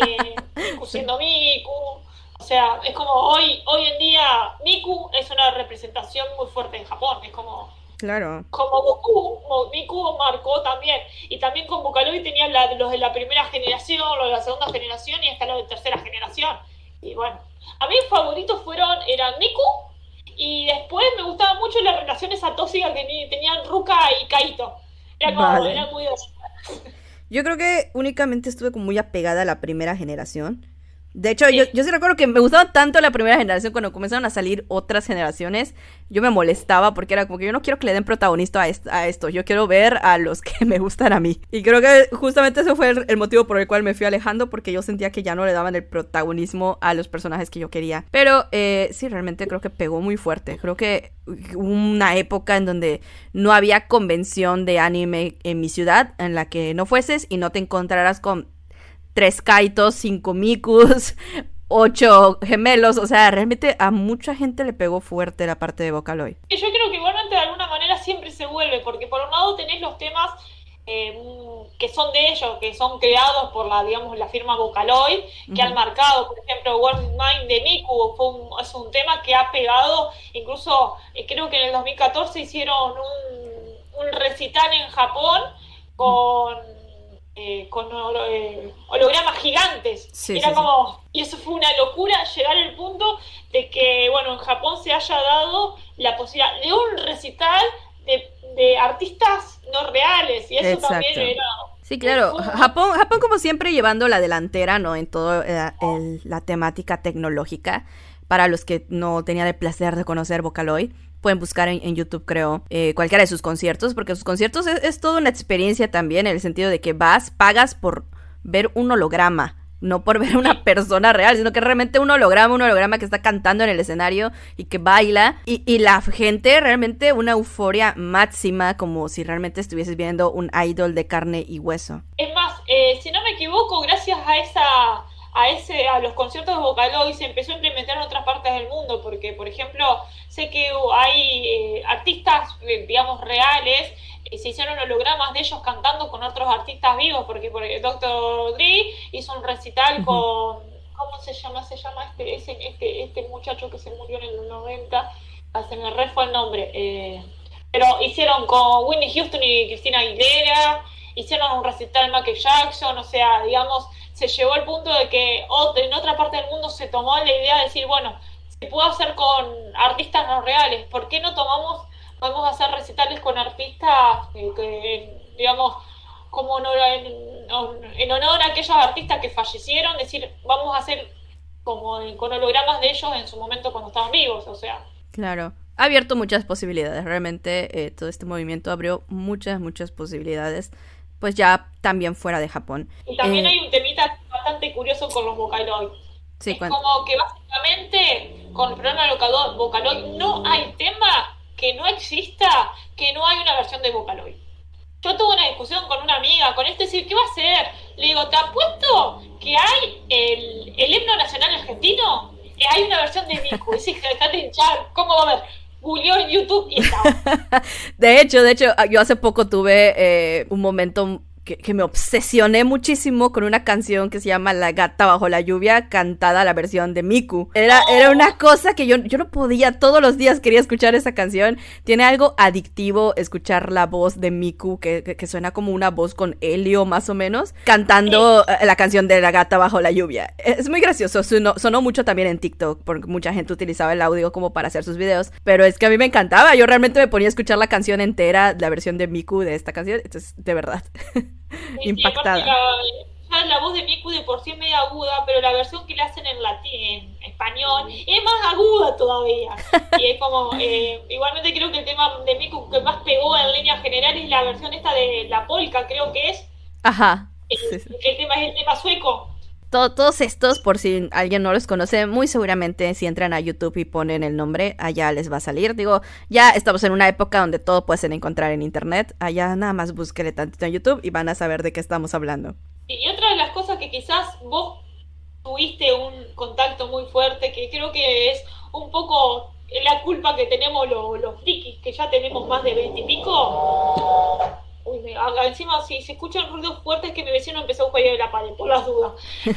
siendo Miku. O sea, es como hoy en día Miku es una representación muy fuerte en Japón, es como... Claro. Como Miku marcó también. Y también con Vocaloid tenían los de la primera generación, los de la segunda generación y hasta los de tercera generación. Y bueno, a mí mis favoritos eran Miku, y después me gustaba mucho las relaciones tóxicas que tenían Ruka y Kaito. Era muy... Yo creo que únicamente estuve como muy apegada a la primera generación. De hecho, sí. Yo sí recuerdo que me gustaba tanto la primera generación. Cuando comenzaron a salir otras generaciones, yo me molestaba porque era como que yo no quiero que le den protagonista a esto. Yo quiero ver a los que me gustan a mí. Y creo que justamente ese fue el motivo por el cual me fui alejando, porque yo sentía que ya no le daban el protagonismo a los personajes que yo quería. Pero sí, realmente creo que pegó muy fuerte. Creo que hubo una época en donde no había convención de anime en mi ciudad en la que no fueses y no te encontraras con 3 Kaitos, 5 Mikus, 8 gemelos. O sea, realmente a mucha gente le pegó fuerte la parte de Vocaloid. Yo creo que igualmente de alguna manera siempre se vuelve, porque por un lado tenés los temas que son de ellos, que son creados por la firma Vocaloid, que han marcado, por ejemplo, World Mind de Miku es un tema que ha pegado, incluso creo que en el 2014 hicieron un recital en Japón con hologramas gigantes. Sí, Era sí, como, y eso fue una locura llegar al punto de que, bueno, en Japón se haya dado la posibilidad de un recital de artistas no reales, y eso exacto. también era... Sí, claro. Japón como siempre llevando la delantera, ¿no? En todo la temática tecnológica. Para los que no tenían el placer de conocer Vocaloid, pueden buscar en YouTube, creo, cualquiera de sus conciertos, porque sus conciertos es toda una experiencia también, en el sentido de que pagas por ver un holograma, no por ver una persona real, sino que realmente un holograma que está cantando en el escenario y que baila, y la gente realmente una euforia máxima, como si realmente estuvieses viendo un idol de carne y hueso. Es más, si no me equivoco, gracias a los conciertos de Vocaloid se empezó a implementar en otras partes del mundo, porque, por ejemplo, sé que hay artistas, digamos, reales, se hicieron hologramas de ellos cantando con otros artistas vivos, porque Dr. Dre hizo un recital con... ¿Cómo se llama? Se llama este muchacho que se murió en el 90, se me re fue el nombre, pero hicieron con Whitney Houston y Christina Aguilera, hicieron un recital Michael Jackson, o sea, digamos, se llegó al punto de que en otra parte del mundo se tomó la idea de decir, bueno, se puede hacer con artistas no reales, ¿por qué no podemos hacer recitales con artistas digamos, como en honor a aquellos artistas que fallecieron, decir, vamos a hacer como con hologramas de ellos en su momento cuando estaban vivos, o sea. Claro. Ha abierto muchas posibilidades, realmente todo este movimiento abrió muchas posibilidades, pues ya también fuera de Japón. Y también hay un temita bastante curioso con los Vocaloid. Sí, es como que básicamente con el programa de Vocaloid no hay tema que no exista, que no hay una versión de Vocaloid. Yo tuve una discusión con una amiga con decir, ¿qué va a hacer? Le digo, te apuesto que hay el himno nacional argentino, hay una versión de Miku. Y dice, dejate hinchar, ¿cómo va a ver? Googleó en YouTube y estaba. De hecho, yo hace poco tuve un momento que me obsesioné muchísimo con una canción que se llama La gata bajo la lluvia, cantada la versión de Miku. Era una cosa que yo no podía, todos los días quería escuchar esa canción. Tiene algo adictivo escuchar la voz de Miku, que suena como una voz con helio más o menos, cantando la canción de La gata bajo la lluvia. Es muy gracioso, sonó mucho también en TikTok, porque mucha gente utilizaba el audio como para hacer sus videos, pero es que a mí me encantaba, yo realmente me ponía a escuchar la canción entera, la versión de Miku de esta canción, entonces, de verdad. Sí, impactada. La voz de Miku de por sí es media aguda, pero la versión que le hacen en español es más aguda todavía. Y es como, igualmente creo que el tema de Miku que más pegó en línea general es la versión esta de la polka, creo que es. Ajá. El tema es el tema sueco. Todos estos, por si alguien no los conoce, muy seguramente si entran a YouTube y ponen el nombre, allá les va a salir. Digo, ya estamos en una época donde todo pueden encontrar en internet. Allá nada más búsquenle tantito en YouTube y van a saber de qué estamos hablando. Y otra de las cosas que quizás vos tuviste un contacto muy fuerte, que creo que es un poco la culpa que tenemos los frikis, que ya tenemos más de 20 y pico. Uy, encima si se escuchan ruidos fuertes que mi vecino empezó a jugar de la pared, por las dudas.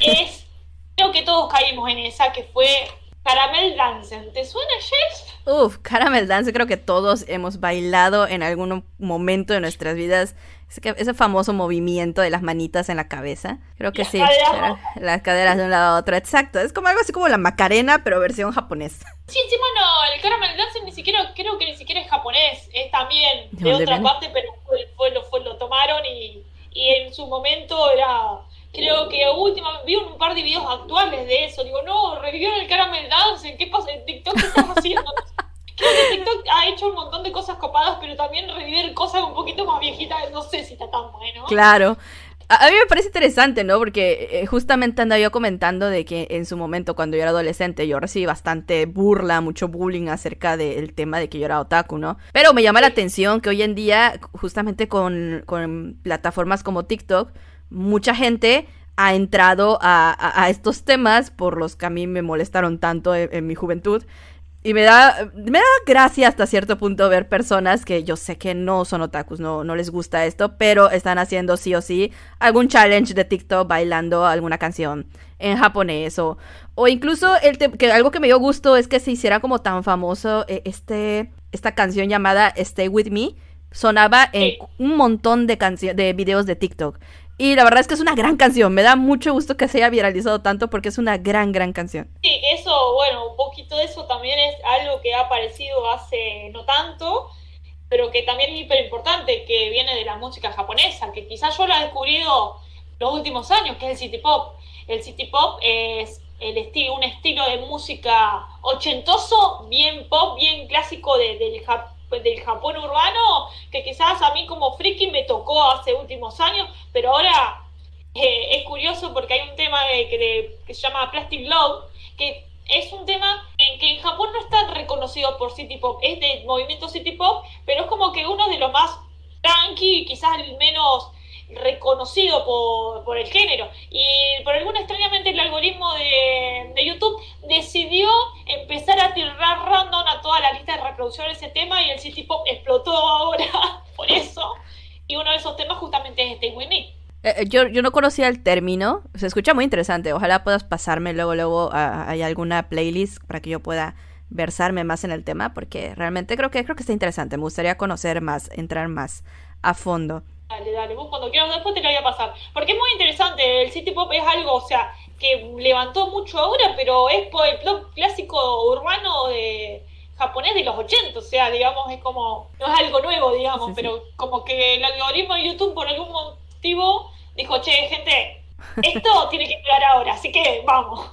Creo que todos caímos en esa, que fue Caramel Dance. ¿Te suena, Jess? Caramel Dance, creo que todos hemos bailado en algún momento de nuestras vidas. Ese famoso movimiento de las manitas en la cabeza. Creo que sí. Las caderas de un lado a otro, exacto. Es como algo así como la Macarena, pero versión japonesa. Sí, encima no, el Caramel Dance creo que ni siquiera es japonés. Es también de otra parte, pero lo tomaron y en su momento era... Creo que vi un par de videos actuales de eso. Digo, no, revivieron el Caramel Dance. ¿Qué pasa en TikTok? ¿Qué estás haciendo? Creo que TikTok ha hecho un montón de cosas copadas, pero también revivir cosas un poquito más viejitas, no sé si está tan bueno. Claro. A mí me parece interesante, ¿no? Porque justamente andaba yo comentando de que en su momento, cuando yo era adolescente, yo recibí bastante burla, mucho bullying acerca del tema de que yo era otaku, ¿no? Pero me llama la atención que hoy en día, justamente con plataformas como TikTok, mucha gente ha entrado a estos temas por los que a mí me molestaron tanto en mi juventud. Y me da gracia hasta cierto punto ver personas que yo sé que no son otakus, no les gusta esto, pero están haciendo sí o sí algún challenge de TikTok bailando alguna canción en japonés o incluso que algo que me dio gusto es que se hiciera como tan famoso esta canción llamada Stay With Me, sonaba en un montón de videos de TikTok. Y la verdad es que es una gran canción. Me da mucho gusto que se haya viralizado tanto porque es una gran, gran canción. Sí, eso, bueno, un poquito de eso también es algo que ha aparecido hace no tanto, pero que también es hiper importante, que viene de la música japonesa, que quizás yo lo he descubrido los últimos años, que es el City Pop. El City Pop es un estilo de música ochentoso, bien pop, bien clásico del Japón urbano, que quizás a mí como friki me tocó hace últimos años, pero ahora es curioso porque hay un tema que se llama Plastic Love, que es un tema en que en Japón no es tan reconocido por City Pop, es del movimiento City Pop, pero es como que uno de los más tranqui, quizás el menos reconocido por el género, y por alguna extrañamente el algoritmo de YouTube decidió empezar a tirar random a toda la lista de reproducción de ese tema, y el City Pop explotó ahora por eso, y uno de esos temas justamente es Stay With Me. Yo no conocía el término, se escucha muy interesante, ojalá puedas pasarme luego hay alguna playlist para que yo pueda versarme más en el tema, porque realmente creo que está interesante, me gustaría conocer más, entrar más a fondo. Dale, vos cuando quieras después te la voy a pasar. Porque es muy interesante, el City Pop es algo, o sea, que levantó mucho ahora, pero es por el pop clásico urbano de japonés de los 80, o sea, digamos, es como, no es algo nuevo, digamos, sí. Pero como que el algoritmo de YouTube por algún motivo dijo, che, gente, esto tiene que llegar ahora, así que vamos.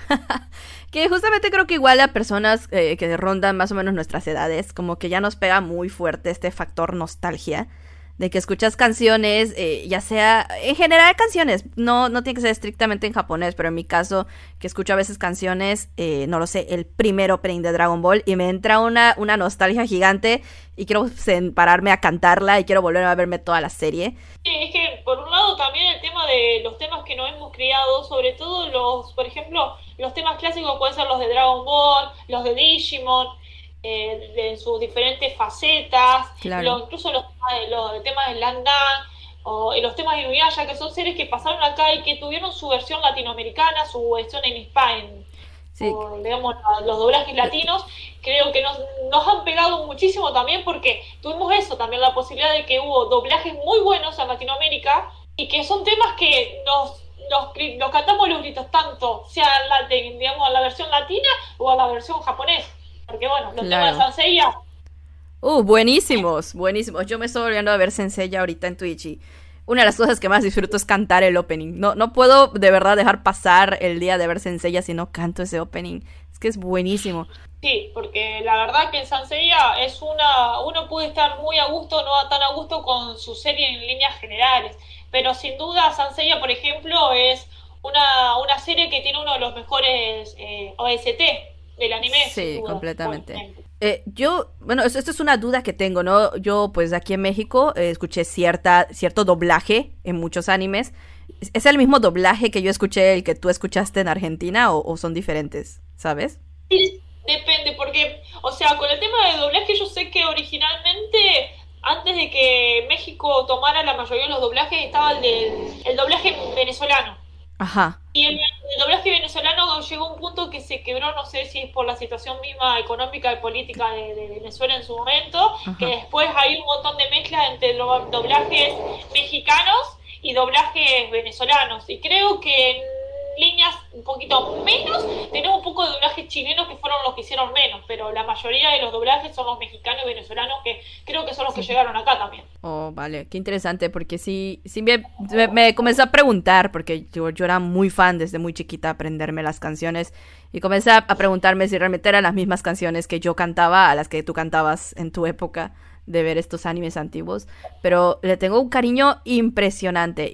Que justamente creo que igual a personas que rondan más o menos nuestras edades, como que ya nos pega muy fuerte este factor nostalgia, de que escuchas canciones, ya sea, en general canciones, no tiene que ser estrictamente en japonés, pero en mi caso, que escucho a veces canciones, no lo sé, el primer opening de Dragon Ball, y me entra una nostalgia gigante, y quiero pararme a cantarla, y quiero volver a verme toda la serie. Sí, es que por un lado también el tema de los temas que nos hemos criado, sobre todo por ejemplo, los temas clásicos pueden ser los de Dragon Ball, los de Digimon, de sus diferentes facetas, claro. Incluso los temas de Landan o los temas de Inuyasha, que son series que pasaron acá y que tuvieron su versión latinoamericana, su versión en España, sí. Digamos, los doblajes latinos, creo que nos han pegado muchísimo también, porque tuvimos eso, también la posibilidad de que hubo doblajes muy buenos en Latinoamérica y que son temas que nos cantamos los gritos, tanto sea digamos, la versión latina o a la versión japonesa. Porque bueno, los temas de Sanseiya. Buenísimos. Yo me estoy volviendo a ver Sanseiya ahorita en Twitch y una de las cosas que más disfruto es cantar el opening. No puedo de verdad dejar pasar el día de ver Sanseiya si no canto ese opening. Es que es buenísimo. Sí, porque la verdad que en Sanseiya uno puede estar muy a gusto, no tan a gusto con su serie en líneas generales. Pero sin duda Sanseiya, por ejemplo, es una serie que tiene uno de los mejores OST del anime. Sí, completamente. Esto es una duda que tengo, ¿no? Yo, pues, aquí en México escuché cierto doblaje en muchos animes. ¿Es el mismo doblaje que yo escuché, el que tú escuchaste en Argentina, o son diferentes, sabes? Sí, depende, porque, o sea, con el tema de doblaje yo sé que originalmente, antes de que México tomara la mayoría de los doblajes, estaba el doblaje venezolano. Ajá. Y el doblaje venezolano llegó a un punto que se quebró, no sé si es por la situación misma económica y política de Venezuela en su momento. Ajá. Que después hay un montón de mezclas entre doblajes mexicanos y doblajes venezolanos. Y creo que en líneas un poquito menos tenemos un poco de doblajes chilenos que fueron los que hicieron menos, pero la mayoría de los doblajes son los mexicanos y venezolanos, que creo que son los que llegaron acá también. Oh, vale, qué interesante, porque sí me comencé a preguntar, porque yo era muy fan desde muy chiquita aprenderme las canciones, y comencé a preguntarme si realmente eran las mismas canciones que yo cantaba a las que tú cantabas en tu época de ver estos animes antiguos, pero le tengo un cariño impresionante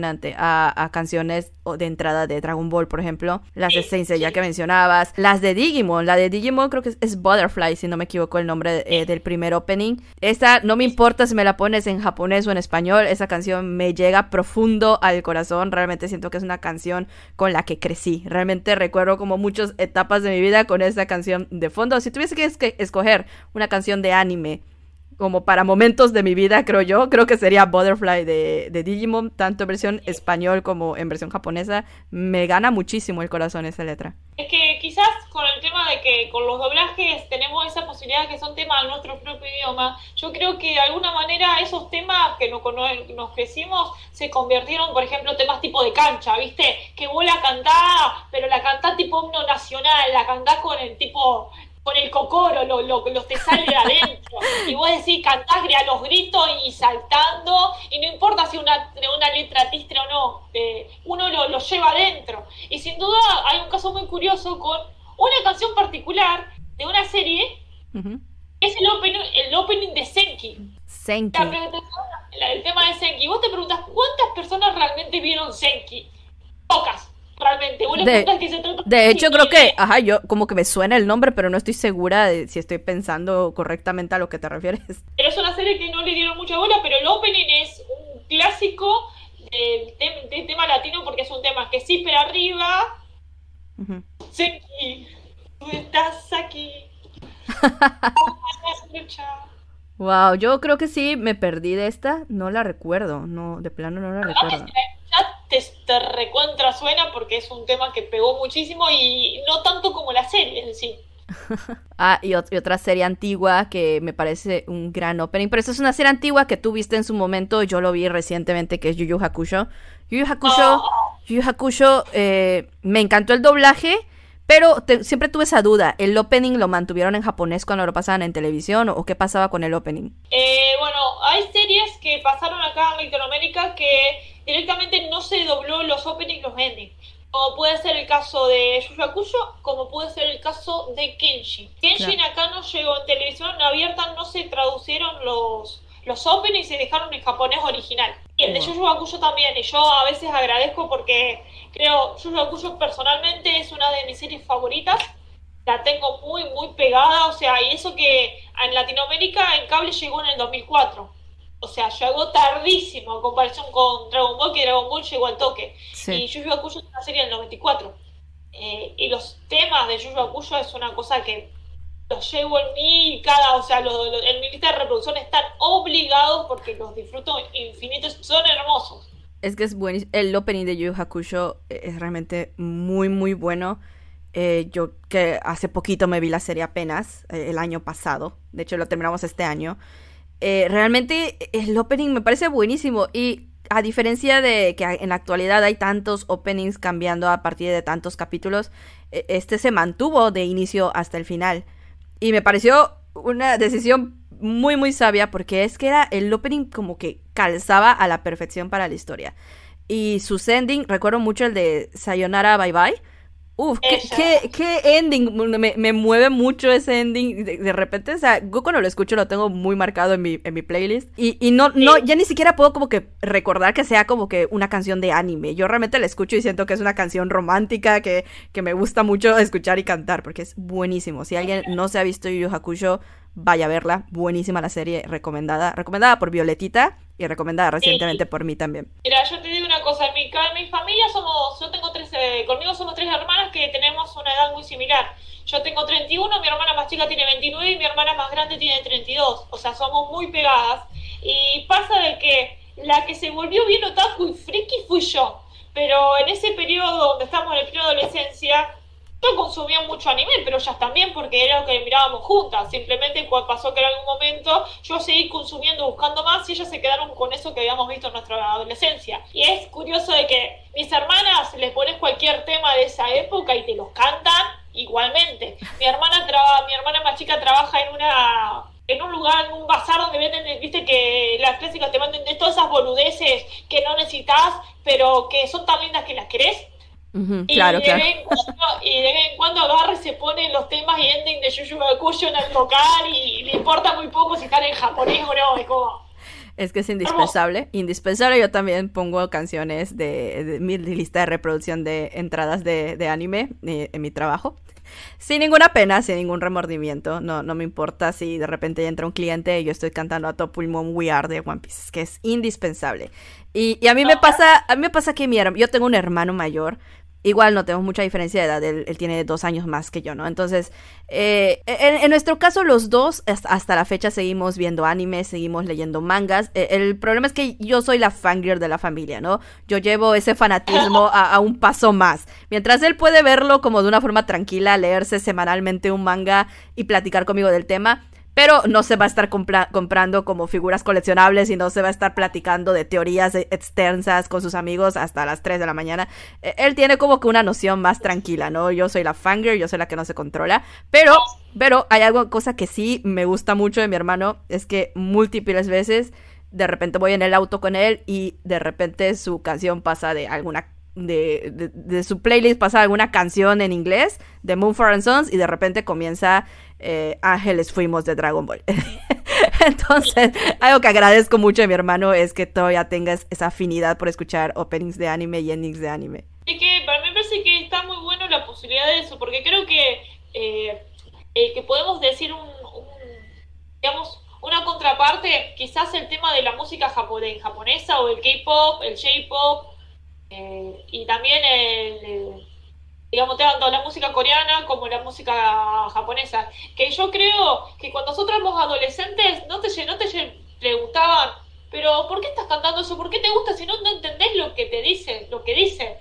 a canciones de entrada de Dragon Ball, por ejemplo, las de Saint Seiya que mencionabas, las de Digimon, la de Digimon creo que es Butterfly, si no me equivoco el nombre del primer opening. Esa no me importa si me la pones en japonés o en español, esa canción me llega profundo al corazón, realmente siento que es una canción con la que crecí, realmente recuerdo como muchas etapas de mi vida con esa canción de fondo. Si tuviese que escoger una canción de anime como para momentos de mi vida, creo que sería Butterfly de Digimon, tanto en versión español como en versión japonesa. Me gana muchísimo el corazón esa letra. Es que quizás con el tema de que con los doblajes tenemos esa posibilidad que son temas de nuestro propio idioma, yo creo que de alguna manera esos temas que nos nos crecimos, se convirtieron, por ejemplo, temas tipo de cancha, ¿viste? Que vos la cantás, pero la cantás tipo himno nacional, la cantás con el tipo, con el cocoro, lo te sale de adentro. Y vos decís, cantás a los gritos y saltando, y no importa si una letra triste o no, uno lo lleva adentro. Y sin duda hay un caso muy curioso con una canción particular de una serie, Uh-huh. es el opening de Senki. Senki. El tema de Senki. Vos te preguntas, ¿cuántas personas realmente vieron Senki? Pocas, realmente. Vos le preguntas que se trata de hecho, creo que, yo como que me suena el nombre, pero no estoy segura de si estoy pensando correctamente a lo que te refieres. Pero es una serie que no le dieron mucha bola, pero el opening es un clásico de tema latino, porque es un tema que sí, pero arriba. Uh-huh. Senki, tú estás aquí. Wow, yo creo que sí me perdí de esta, no la recuerdo, no, de plano no la recuerdo. Te recontra suena porque es un tema que pegó muchísimo y no tanto como la serie en sí. Y otra serie antigua que me parece un gran opening, pero esa es una serie antigua que tú viste en su momento, yo lo vi recientemente, que es Yu Yu Hakusho. Yu Yu Hakusho, me encantó el doblaje. Pero siempre tuve esa duda, ¿el opening lo mantuvieron en japonés cuando lo pasaban en televisión o qué pasaba con el opening? Bueno, hay series que pasaron acá en Latinoamérica que directamente no se dobló los openings, los endings. Como puede ser el caso de Yu Yu Hakusho, como puede ser el caso de Kenshin. Kenshin claro. Acá no llegó en televisión abierta, no se traducieron los openings y se dejaron en japonés original. Y el de Yu Yu Hakusho también, y yo a veces agradezco porque creo Yu Yu Hakusho personalmente es una de mis series favoritas, la tengo muy muy pegada, o sea, y eso que en Latinoamérica en cable llegó en el 2004, o sea, llegó tardísimo en comparación con Dragon Ball, que Dragon Ball llegó al toque, sí. Y Yu Yu Hakusho es una serie del 94, y los temas de Yu Yu Hakusho es una cosa que los llevo en mí, o sea, en mi lista de reproducción están obligados porque los disfruto infinitos, son hermosos. Es que es buenísimo, el opening de Yu Yu Hakusho es realmente muy muy bueno. Yo que hace poquito me vi la serie apenas, el año pasado, de hecho lo terminamos este año. Realmente el opening me parece buenísimo y a diferencia de que en la actualidad hay tantos openings cambiando a partir de tantos capítulos, este se mantuvo de inicio hasta el final. Y me pareció una decisión muy, muy sabia porque es que era el opening como que calzaba a la perfección para la historia. Y su ending, recuerdo mucho el de Sayonara Bye Bye. Uf, qué ending, me mueve mucho ese ending, de repente, o sea, yo cuando lo escucho lo tengo muy marcado en mi playlist, y no, ya ni siquiera puedo como que recordar que sea como que una canción de anime, yo realmente la escucho y siento que es una canción romántica que me gusta mucho escuchar y cantar, porque es buenísimo. Si alguien no se ha visto Yu Yu Hakusho, vaya a verla, buenísima la serie, recomendada por Violetita, y recomendada recientemente por mí también. Mira, yo te digo una cosa, en mi familia yo tengo conmigo somos 3 hermanas que tenemos una edad muy similar. Yo tengo 31, mi hermana más chica tiene 29 y mi hermana más grande tiene 32. O sea, somos muy pegadas. Y pasa de que la que se volvió bien otaku y friki fui yo. Pero en ese periodo, donde estamos en el periodo de adolescencia, yo consumía mucho anime, pero ellas también, porque era lo que mirábamos juntas. Simplemente cuando pasó que en algún momento yo seguí consumiendo, buscando más, y ellas se quedaron con eso que habíamos visto en nuestra adolescencia. Y es curioso de que mis hermanas les pones cualquier tema de esa época y te los cantan igualmente. Mi hermana más chica trabaja en un lugar, en un bazar donde venden, viste que las clásicas te venden de todas esas boludeces que no necesitas, pero que son tan lindas que las querés. Uh-huh, claro. Y de vez en cuando agarra y se pone los temas y ending de Yu Yu Hakusho en el local y le importa muy poco si están en japonés o no, es como... Es que es indispensable, indispensable. Yo también pongo canciones de mi lista de reproducción de entradas de anime en mi trabajo. Sin ninguna pena, sin ningún remordimiento. No me importa si de repente entra un cliente y yo estoy cantando a todo pulmón We Are de One Piece, que es indispensable. Y a mí me pasa que yo tengo un hermano mayor. Igual no tenemos mucha diferencia de edad, él tiene 2 años más que yo, ¿no? Entonces, en nuestro caso los dos, hasta la fecha seguimos viendo anime, seguimos leyendo mangas. El problema es que yo soy la fangirl de la familia, ¿no? Yo llevo ese fanatismo a un paso más. Mientras él puede verlo como de una forma tranquila, leerse semanalmente un manga y platicar conmigo del tema, pero no se va a estar comprando como figuras coleccionables y no se va a estar platicando de teorías extensas con sus amigos hasta las 3 de la mañana. Él tiene como que una noción más tranquila, ¿no? Yo soy la fangirl, yo soy la que no se controla, pero hay algo, cosa que sí me gusta mucho de mi hermano, es que múltiples veces de repente voy en el auto con él y de repente su canción pasa de alguna de su playlist pasa alguna canción en inglés de Moonfall and Sons y de repente comienza Ángeles Fuimos de Dragon Ball. Entonces, algo que agradezco mucho de mi hermano es que todavía tengas esa afinidad por escuchar openings de anime y endings de anime. Y que para mí me parece que está muy bueno la posibilidad de eso, porque creo que podemos decir digamos, una contraparte, quizás el tema de la música japonesa o el K-pop, el J-pop, y también digamos, tanto la música coreana como la música japonesa, que yo creo que cuando nosotros éramos adolescentes no te preguntaban, pero ¿por qué estás cantando eso? ¿Por qué te gusta si no entendés lo que te dice, lo que dice?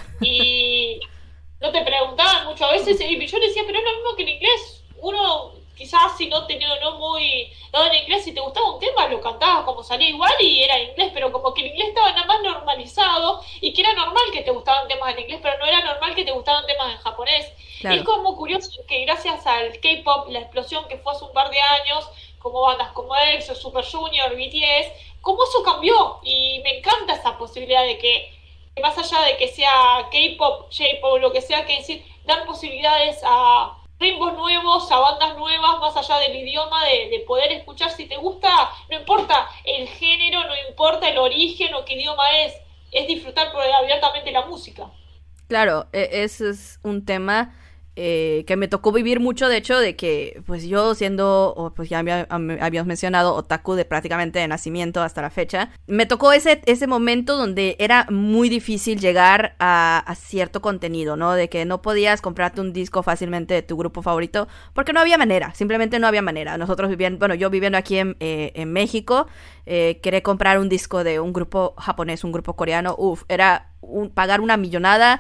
Y no te preguntaban muchas veces, y yo le decía, pero es lo mismo que en inglés. Uno quizás si no tenía muy dado en inglés, si te gustaba un tema lo cantabas como salía igual y era inglés, pero como que el inglés estaba nada más normalizado y que era normal que te gustaban temas en inglés, pero no era normal que te gustaban temas en japonés. Claro. Y es como curioso que gracias al K-pop, la explosión que fue hace un par de años, como bandas como EXO, Super Junior, BTS, cómo eso cambió, y me encanta esa posibilidad de que más allá de que sea K-pop, J-pop, lo que sea, que decir, dar posibilidades a ritmos nuevos, a bandas nuevas, más allá del idioma, de poder escuchar si te gusta, no importa el género, no importa el origen o qué idioma es disfrutar abiertamente la música. Claro, ese es un tema que me tocó vivir mucho, de hecho, de que pues yo siendo, pues ya habíamos mencionado, otaku de prácticamente de nacimiento hasta la fecha, me tocó ese momento donde era muy difícil llegar a cierto contenido, ¿no? De que no podías comprarte un disco fácilmente de tu grupo favorito, porque no había manera, simplemente no había manera. Nosotros yo viviendo aquí en México, querer comprar un disco de un grupo japonés, un grupo coreano, era pagar una millonada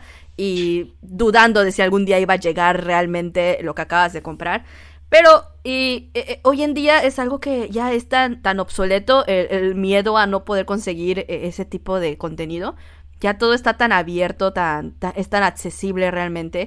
y dudando de si algún día iba a llegar realmente lo que acabas de comprar. Pero hoy en día es algo que ya es tan obsoleto, el miedo a no poder conseguir ese tipo de contenido. Ya todo está tan abierto, es tan accesible realmente.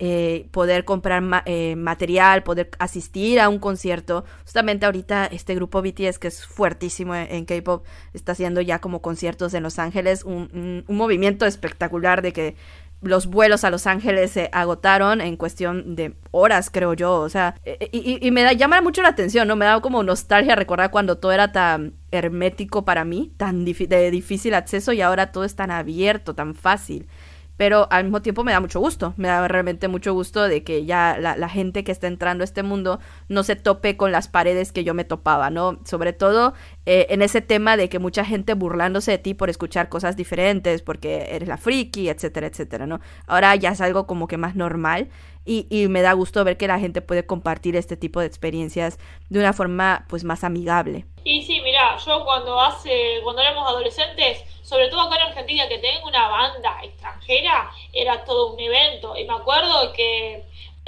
Poder comprar material, poder asistir a un concierto. Justamente ahorita este grupo BTS, que es fuertísimo en K-pop, está haciendo ya como conciertos en Los Ángeles, un movimiento espectacular de que los vuelos a Los Ángeles se agotaron en cuestión de horas, creo yo, o sea, y llama mucho la atención, ¿no? Me da como nostalgia recordar cuando todo era tan hermético para mí, tan de difícil acceso, y ahora todo es tan abierto, tan fácil. Pero al mismo tiempo me da mucho gusto, me da realmente mucho gusto de que ya la gente que está entrando a este mundo no se tope con las paredes que yo me topaba, ¿no? Sobre todo en ese tema de que mucha gente burlándose de ti por escuchar cosas diferentes, porque eres la friki, etcétera, etcétera, ¿no? Ahora ya es algo como que más normal y me da gusto ver que la gente puede compartir este tipo de experiencias de una forma pues más amigable. Y sí, mira, yo cuando éramos adolescentes, sobre todo acá en Argentina, que tengo una banda extranjera, era todo un evento. Y me acuerdo que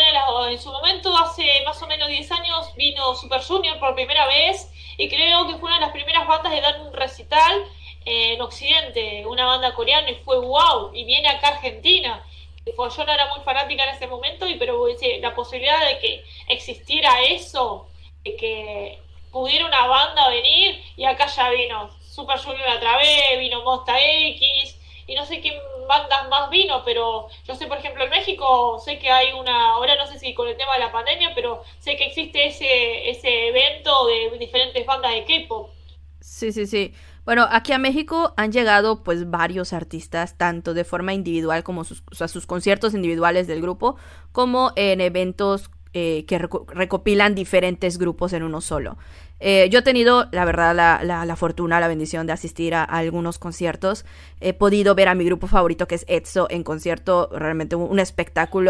en su momento, hace más o menos 10 años, vino Super Junior por primera vez, y creo que fue una de las primeras bandas de dar un recital en Occidente, una banda coreana, y fue wow, y viene acá a Argentina. Yo no era muy fanática en ese momento, pero la posibilidad de que existiera eso, de que pudiera una banda venir, y acá ya vino Super Junior otra vez, vino Monsta X, y no sé qué bandas más vino, pero yo sé, por ejemplo, en México, sé que hay ahora no sé si con el tema de la pandemia, pero sé que existe ese evento de diferentes bandas de K-pop. Sí. Bueno, aquí a México han llegado pues varios artistas, tanto de forma individual como sus conciertos individuales del grupo, como en eventos que recopilan diferentes grupos en uno solo. Yo he tenido, la verdad, la fortuna, la bendición de asistir a algunos conciertos. He podido ver a mi grupo favorito, que es EXO, en concierto, realmente un espectáculo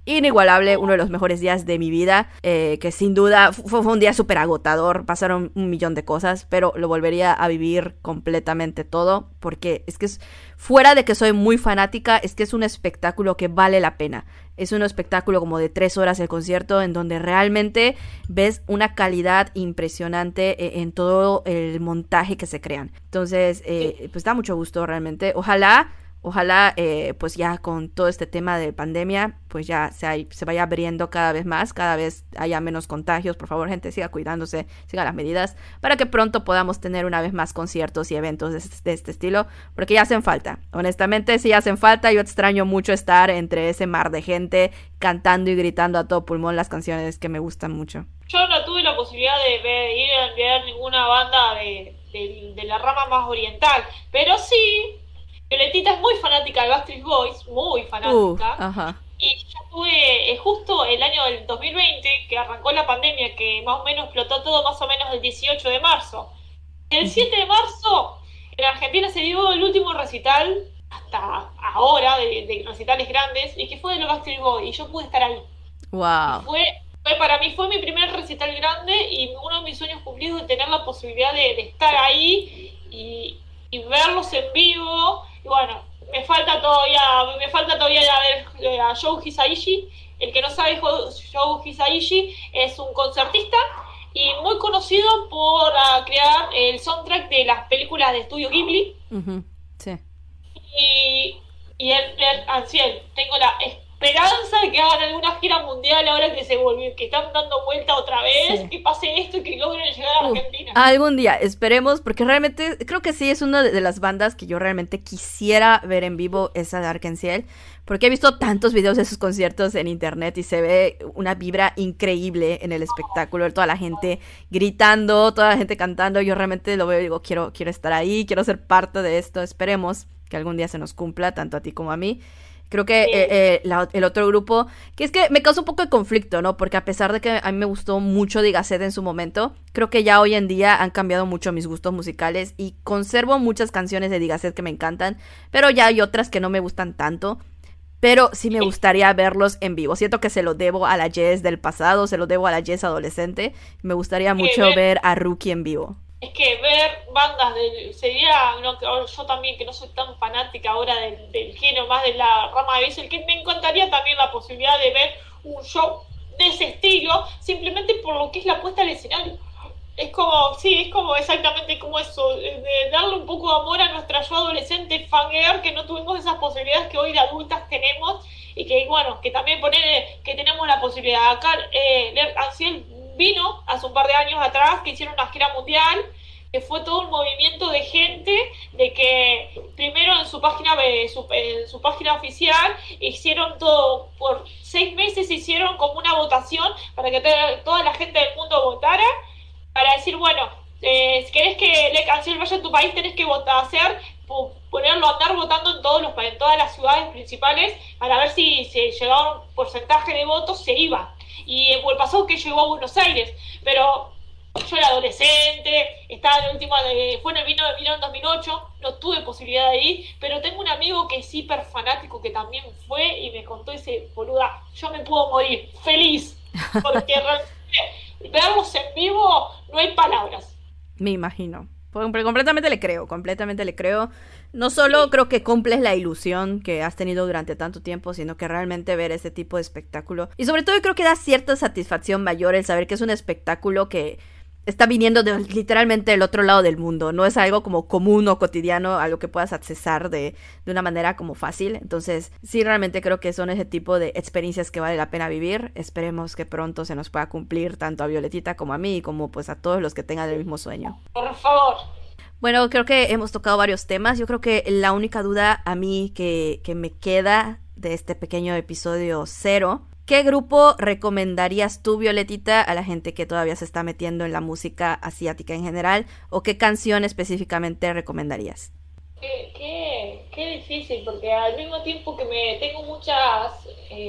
inigualable, uno de los mejores días de mi vida, que sin duda fue un día súper agotador, pasaron un millón de cosas, pero lo volvería a vivir completamente todo, porque es que fuera de que soy muy fanática, es que es un espectáculo que vale la pena. Es un espectáculo como de 3 horas el concierto, en donde realmente ves una calidad impresionante en todo el montaje que se crean. Entonces, pues da mucho gusto realmente. Ojalá, pues ya con todo este tema de pandemia, pues ya se vaya abriendo cada vez más, cada vez haya menos contagios. Por favor, gente, siga cuidándose, siga las medidas, para que pronto podamos tener una vez más conciertos y eventos de este estilo, porque ya hacen falta. Honestamente, sí hacen falta. Yo extraño mucho estar entre ese mar de gente cantando y gritando a todo pulmón las canciones que me gustan mucho. Yo no tuve la posibilidad de ir a ver ninguna banda de la rama más oriental, pero sí, Violetita es muy fanática de Backstreet Boys, muy fanática. Ajá. Y yo tuve justo el año del 2020, que arrancó la pandemia, que más o menos explotó todo más o menos el 18 de marzo. El 7 de marzo en Argentina se dio el último recital hasta ahora de recitales grandes, y que fue de los Backstreet Boys, y yo pude estar ahí. Wow. Para mí fue mi primer recital grande y uno de mis sueños cumplidos, de tener la posibilidad de estar ahí y verlos en vivo. Y bueno, me falta todavía ver a Joe Hisaishi. El que no sabe, Joe Hisaishi es un concertista y muy conocido por crear el soundtrack de las películas de Estudio Ghibli. Uh-huh. Sí. Y él, tengo la esperanza de que hagan alguna gira mundial ahora que se volvió, que están dando vuelta otra vez, sí, que pase esto y que logren llegar a Argentina. Algún día, esperemos, porque realmente creo que sí es una de las bandas que yo realmente quisiera ver en vivo, esa de Arc-en-Ciel, porque he visto tantos videos de sus conciertos en internet y se ve una vibra increíble en el espectáculo, toda la gente gritando, toda la gente cantando. Yo realmente lo veo y digo, quiero estar ahí, quiero ser parte de esto. Esperemos que algún día se nos cumpla, tanto a ti como a mí. Creo que el otro grupo, que es que me causa un poco de conflicto, ¿no? Porque a pesar de que a mí me gustó mucho Digacet en su momento, creo que ya hoy en día han cambiado mucho mis gustos musicales y conservo muchas canciones de Digacet que me encantan, pero ya hay otras que no me gustan tanto. Pero sí me gustaría verlos en vivo. Siento que se lo debo a la Jess del pasado, se lo debo a la Jess adolescente. Me gustaría mucho ver a Rookie en vivo. Es que ver bandas yo también, que no soy tan fanática ahora del género, más de la rama de Diesel, que me encantaría también la posibilidad de ver un show de ese estilo, simplemente por lo que es la puesta al escenario. Es como exactamente como eso, de darle un poco de amor a nuestra yo adolescente fangirl, que no tuvimos esas posibilidades que hoy de adultas tenemos, y que bueno, que también que tenemos la posibilidad. Acá Anciel vino hace un par de años atrás, que hicieron una gira mundial, que fue todo un movimiento de gente, de que primero en su página oficial hicieron todo, por 6 meses hicieron como una votación para que toda la gente del mundo votara, para decir, bueno, si querés que Le Cancel vaya a tu país, tenés que ponerlo a andar votando en todas las ciudades principales, para ver si se llegaba un porcentaje de votos, se iba. Y el pasado que llegó a Buenos Aires, pero yo era adolescente, estaba en el último, vino en 2008, no tuve posibilidad de ir, pero tengo un amigo que es hiper fanático, que también fue y me contó, dice, boluda, yo me puedo morir feliz, porque realmente verlos en vivo no hay palabras. Me imagino. Completamente le creo. No solo creo que cumples la ilusión que has tenido durante tanto tiempo, sino que realmente ver ese tipo de espectáculo. Y sobre todo creo que da cierta satisfacción mayor el saber que es un espectáculo que está viniendo literalmente del otro lado del mundo. No es algo como común o cotidiano, algo que puedas accesar de una manera como fácil. Entonces, sí, realmente creo que son ese tipo de experiencias que vale la pena vivir. Esperemos que pronto se nos pueda cumplir tanto a Violetita como a mí, como pues a todos los que tengan el mismo sueño. Por favor. Bueno, creo que hemos tocado varios temas. Yo creo que la única duda a mí que me queda de este pequeño episodio 0, ¿qué grupo recomendarías tú, Violetita, a la gente que todavía se está metiendo en la música asiática en general? ¿O qué canción específicamente recomendarías? Qué difícil, porque al mismo tiempo que tengo muchas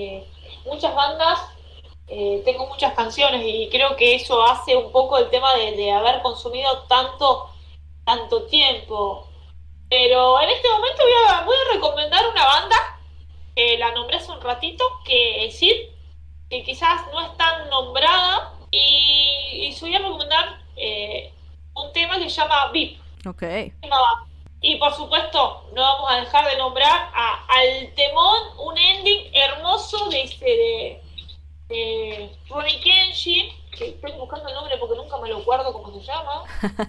bandas, tengo muchas canciones, y creo que eso hace un poco el tema de haber consumido tanto tiempo. Pero en este momento voy a recomendar una banda la nombré hace un ratito, que sí, que quizás no es tan nombrada, y voy a recomendar un tema que se llama VIP. Ok. Y por supuesto, no vamos a dejar de nombrar al temón, un ending hermoso de Ronnie Kenshin, que estoy buscando el nombre porque nunca me lo acuerdo cómo se llama.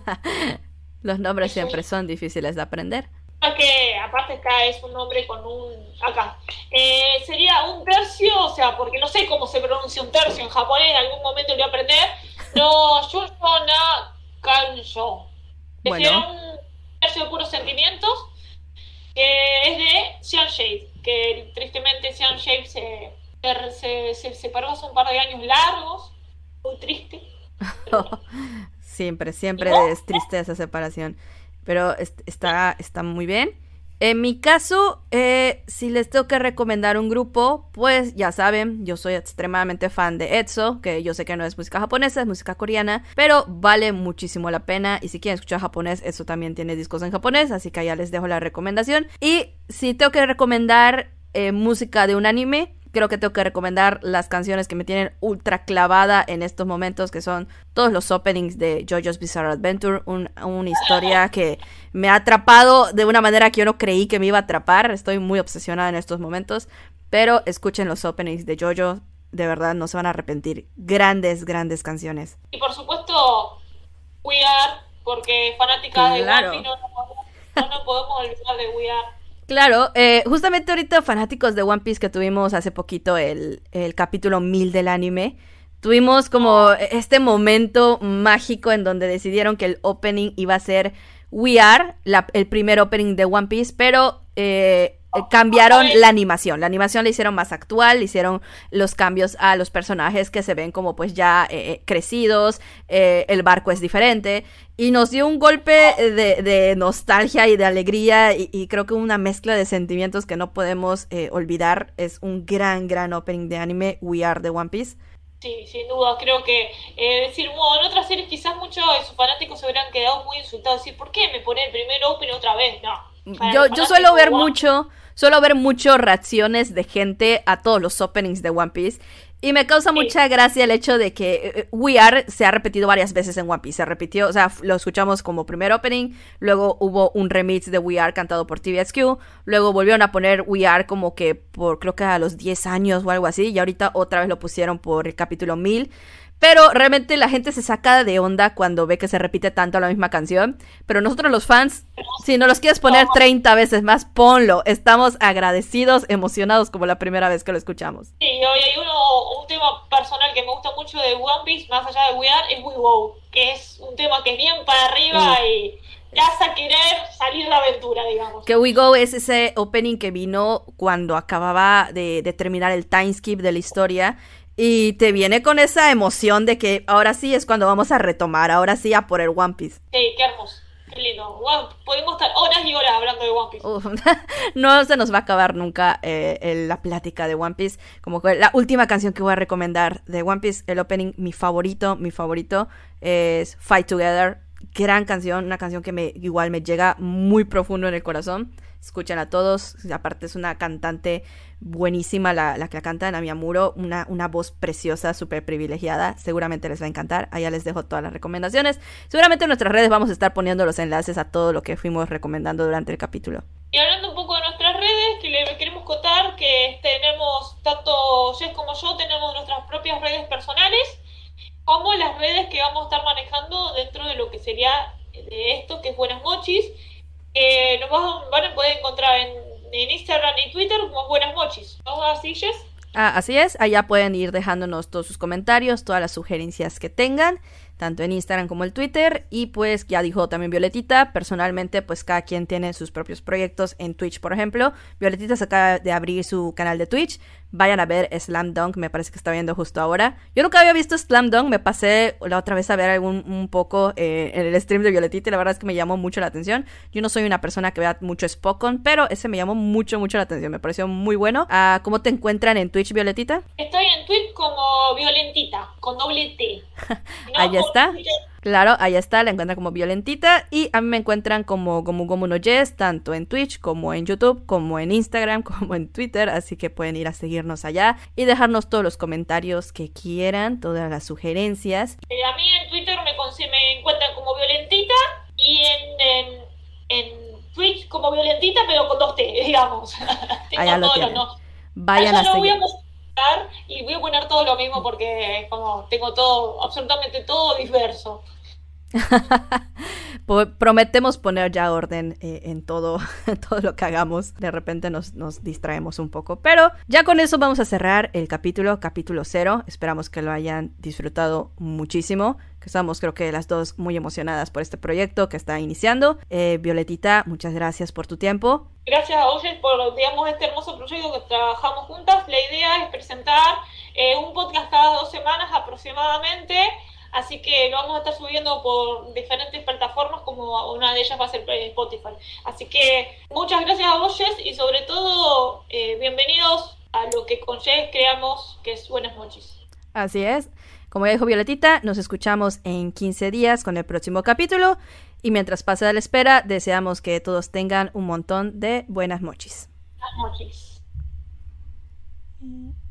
Los nombres siempre son difíciles de aprender. Es que aparte acá es un nombre con un... acá. Sería un tercio, o sea, porque no sé cómo se pronuncia un tercio en japonés, en algún momento lo voy a aprender. No, Shoujo na Kanjo. Bueno. Un tercio de puros sentimientos, que es de Sean Shade, que tristemente Sean Shade se separó hace un par de años largos, muy triste. Siempre es triste esa separación. Pero está muy bien. En mi caso, si les tengo que recomendar un grupo, pues ya saben, yo soy extremadamente fan de EXO, que yo sé que no es música japonesa, es música coreana, pero vale muchísimo la pena. Y si quieren escuchar japonés, EXO también tiene discos en japonés, así que allá les dejo la recomendación. Y si tengo que recomendar música de un anime, creo que tengo que recomendar las canciones que me tienen ultra clavada en estos momentos, que son todos los openings de JoJo's Bizarre Adventure, una historia que me ha atrapado de una manera que yo no creí que me iba a atrapar. Estoy muy obsesionada en estos momentos, pero escuchen los openings de JoJo, de verdad no se van a arrepentir. Grandes canciones. Y por supuesto, We Are, porque fanática de One Piece no nos podemos olvidar de We Are. Claro, justamente ahorita fanáticos de One Piece, que tuvimos hace poquito el capítulo 1000 del anime, tuvimos como este momento mágico en donde decidieron que el opening iba a ser We Are, el primer opening de One Piece, pero cambiaron la animación la hicieron más actual, hicieron los cambios a los personajes que se ven como pues ya crecidos, el barco es diferente y nos dio un golpe de nostalgia y de alegría y creo que una mezcla de sentimientos que no podemos olvidar. Es un gran opening de anime, We Are de One Piece. Sí, sin duda, creo que en otras series quizás muchos de sus fanáticos se hubieran quedado muy insultados, decir, ¿por qué me pone el primer opening otra vez? No. Yo suelo ver mucho reacciones de gente a todos los openings de One Piece y me causa mucha gracia el hecho de que We Are se ha repetido varias veces en One Piece. Se repitió, o sea, lo escuchamos como primer opening, luego hubo un remix de We Are cantado por TVXQ, luego volvieron a poner We Are como que por creo que a los 10 años o algo así, y ahorita otra vez lo pusieron por el capítulo 1000. Pero realmente la gente se saca de onda cuando ve que se repite tanto la misma canción. Pero nosotros los fans, si no los quieres poner 30 veces más, ponlo. Estamos agradecidos, emocionados como la primera vez que lo escuchamos. Sí, y hay un tema personal que me gusta mucho de One Piece, más allá de We Are, es We Go, que es un tema que es bien para arriba y te hace querer salir de la aventura, digamos. Que We Go es ese opening que vino cuando acababa de terminar el time skip de la historia. Y te viene con esa emoción de que ahora sí es cuando vamos a retomar, ahora sí a por el One Piece. Sí, qué hermoso, qué lindo. Wow, podemos estar horas y horas hablando de One Piece. No se nos va a acabar nunca la plática de One Piece. Como que la última canción que voy a recomendar de One Piece, el opening, mi favorito es Fight Together. Gran canción, una canción que igual me llega muy profundo en el corazón. Escuchen a todos, aparte es una cantante buenísima la que la canta, Nami Amuro, una voz preciosa, súper privilegiada, seguramente les va a encantar. Allá les dejo todas las recomendaciones. Seguramente en nuestras redes vamos a estar poniendo los enlaces a todo lo que fuimos recomendando durante el capítulo. Y hablando un poco de nuestras redes, que les queremos contar que tenemos, tanto Jess como yo, tenemos nuestras propias redes personales, como las redes que vamos a estar manejando dentro de lo que sería de esto, que es Buenas Mochis. Nos van a poder encontrar en Instagram y Twitter como Buenas Mochis. ¿No así, Jess? Así es, allá pueden ir dejándonos todos sus comentarios, todas las sugerencias que tengan, tanto en Instagram como en Twitter. Y pues ya dijo también Violetita, personalmente pues cada quien tiene sus propios proyectos en Twitch, por ejemplo. Violetita se acaba de abrir su canal de Twitch. Vayan a ver Slam Dunk, me parece que está viendo justo ahora. Yo nunca había visto Slam Dunk, me pasé la otra vez a ver un poco en el stream de Violetita y la verdad es que me llamó mucho la atención. Yo no soy una persona que vea mucho Spokon, pero ese me llamó mucho la atención, me pareció muy bueno. ¿Cómo te encuentran en Twitch, Violetita? Estoy en Twitch como Violentita, con doble T. Ahí está. Claro, ahí está, la encuentran como Violentita. Y a mí me encuentran como Gomu Gomu no Yes, tanto en Twitch como en YouTube, como en Instagram, como en Twitter. Así que pueden ir a seguirnos allá y dejarnos todos los comentarios que quieran, todas las sugerencias. A mí en Twitter me encuentran como Violentita y en Twitch como Violentita, pero con 2T, digamos. Allá lo tienen. Vayan a seguir. Voy a mostrar y voy a poner todo lo mismo porque como tengo todo, absolutamente todo diverso. Prometemos poner ya orden en todo lo que hagamos. De repente nos distraemos un poco, pero ya con eso vamos a cerrar el capítulo 0. Esperamos que lo hayan disfrutado muchísimo, que estamos creo que las dos muy emocionadas por este proyecto que está iniciando. Violetita, muchas gracias por tu tiempo. Gracias a Oyes por, digamos, este hermoso proyecto que trabajamos juntas. La idea es presentar un podcast cada 2 semanas aproximadamente. Así que lo vamos a estar subiendo por diferentes plataformas, como una de ellas va a ser Spotify. Así que muchas gracias a Oyes y sobre todo bienvenidos a lo que con Jess creamos que es Buenas Mochis. Así es. Como ya dijo Violetita, nos escuchamos en 15 días con el próximo capítulo. Y mientras pasa la espera, deseamos que todos tengan un montón de buenas mochis. Buenas mochis.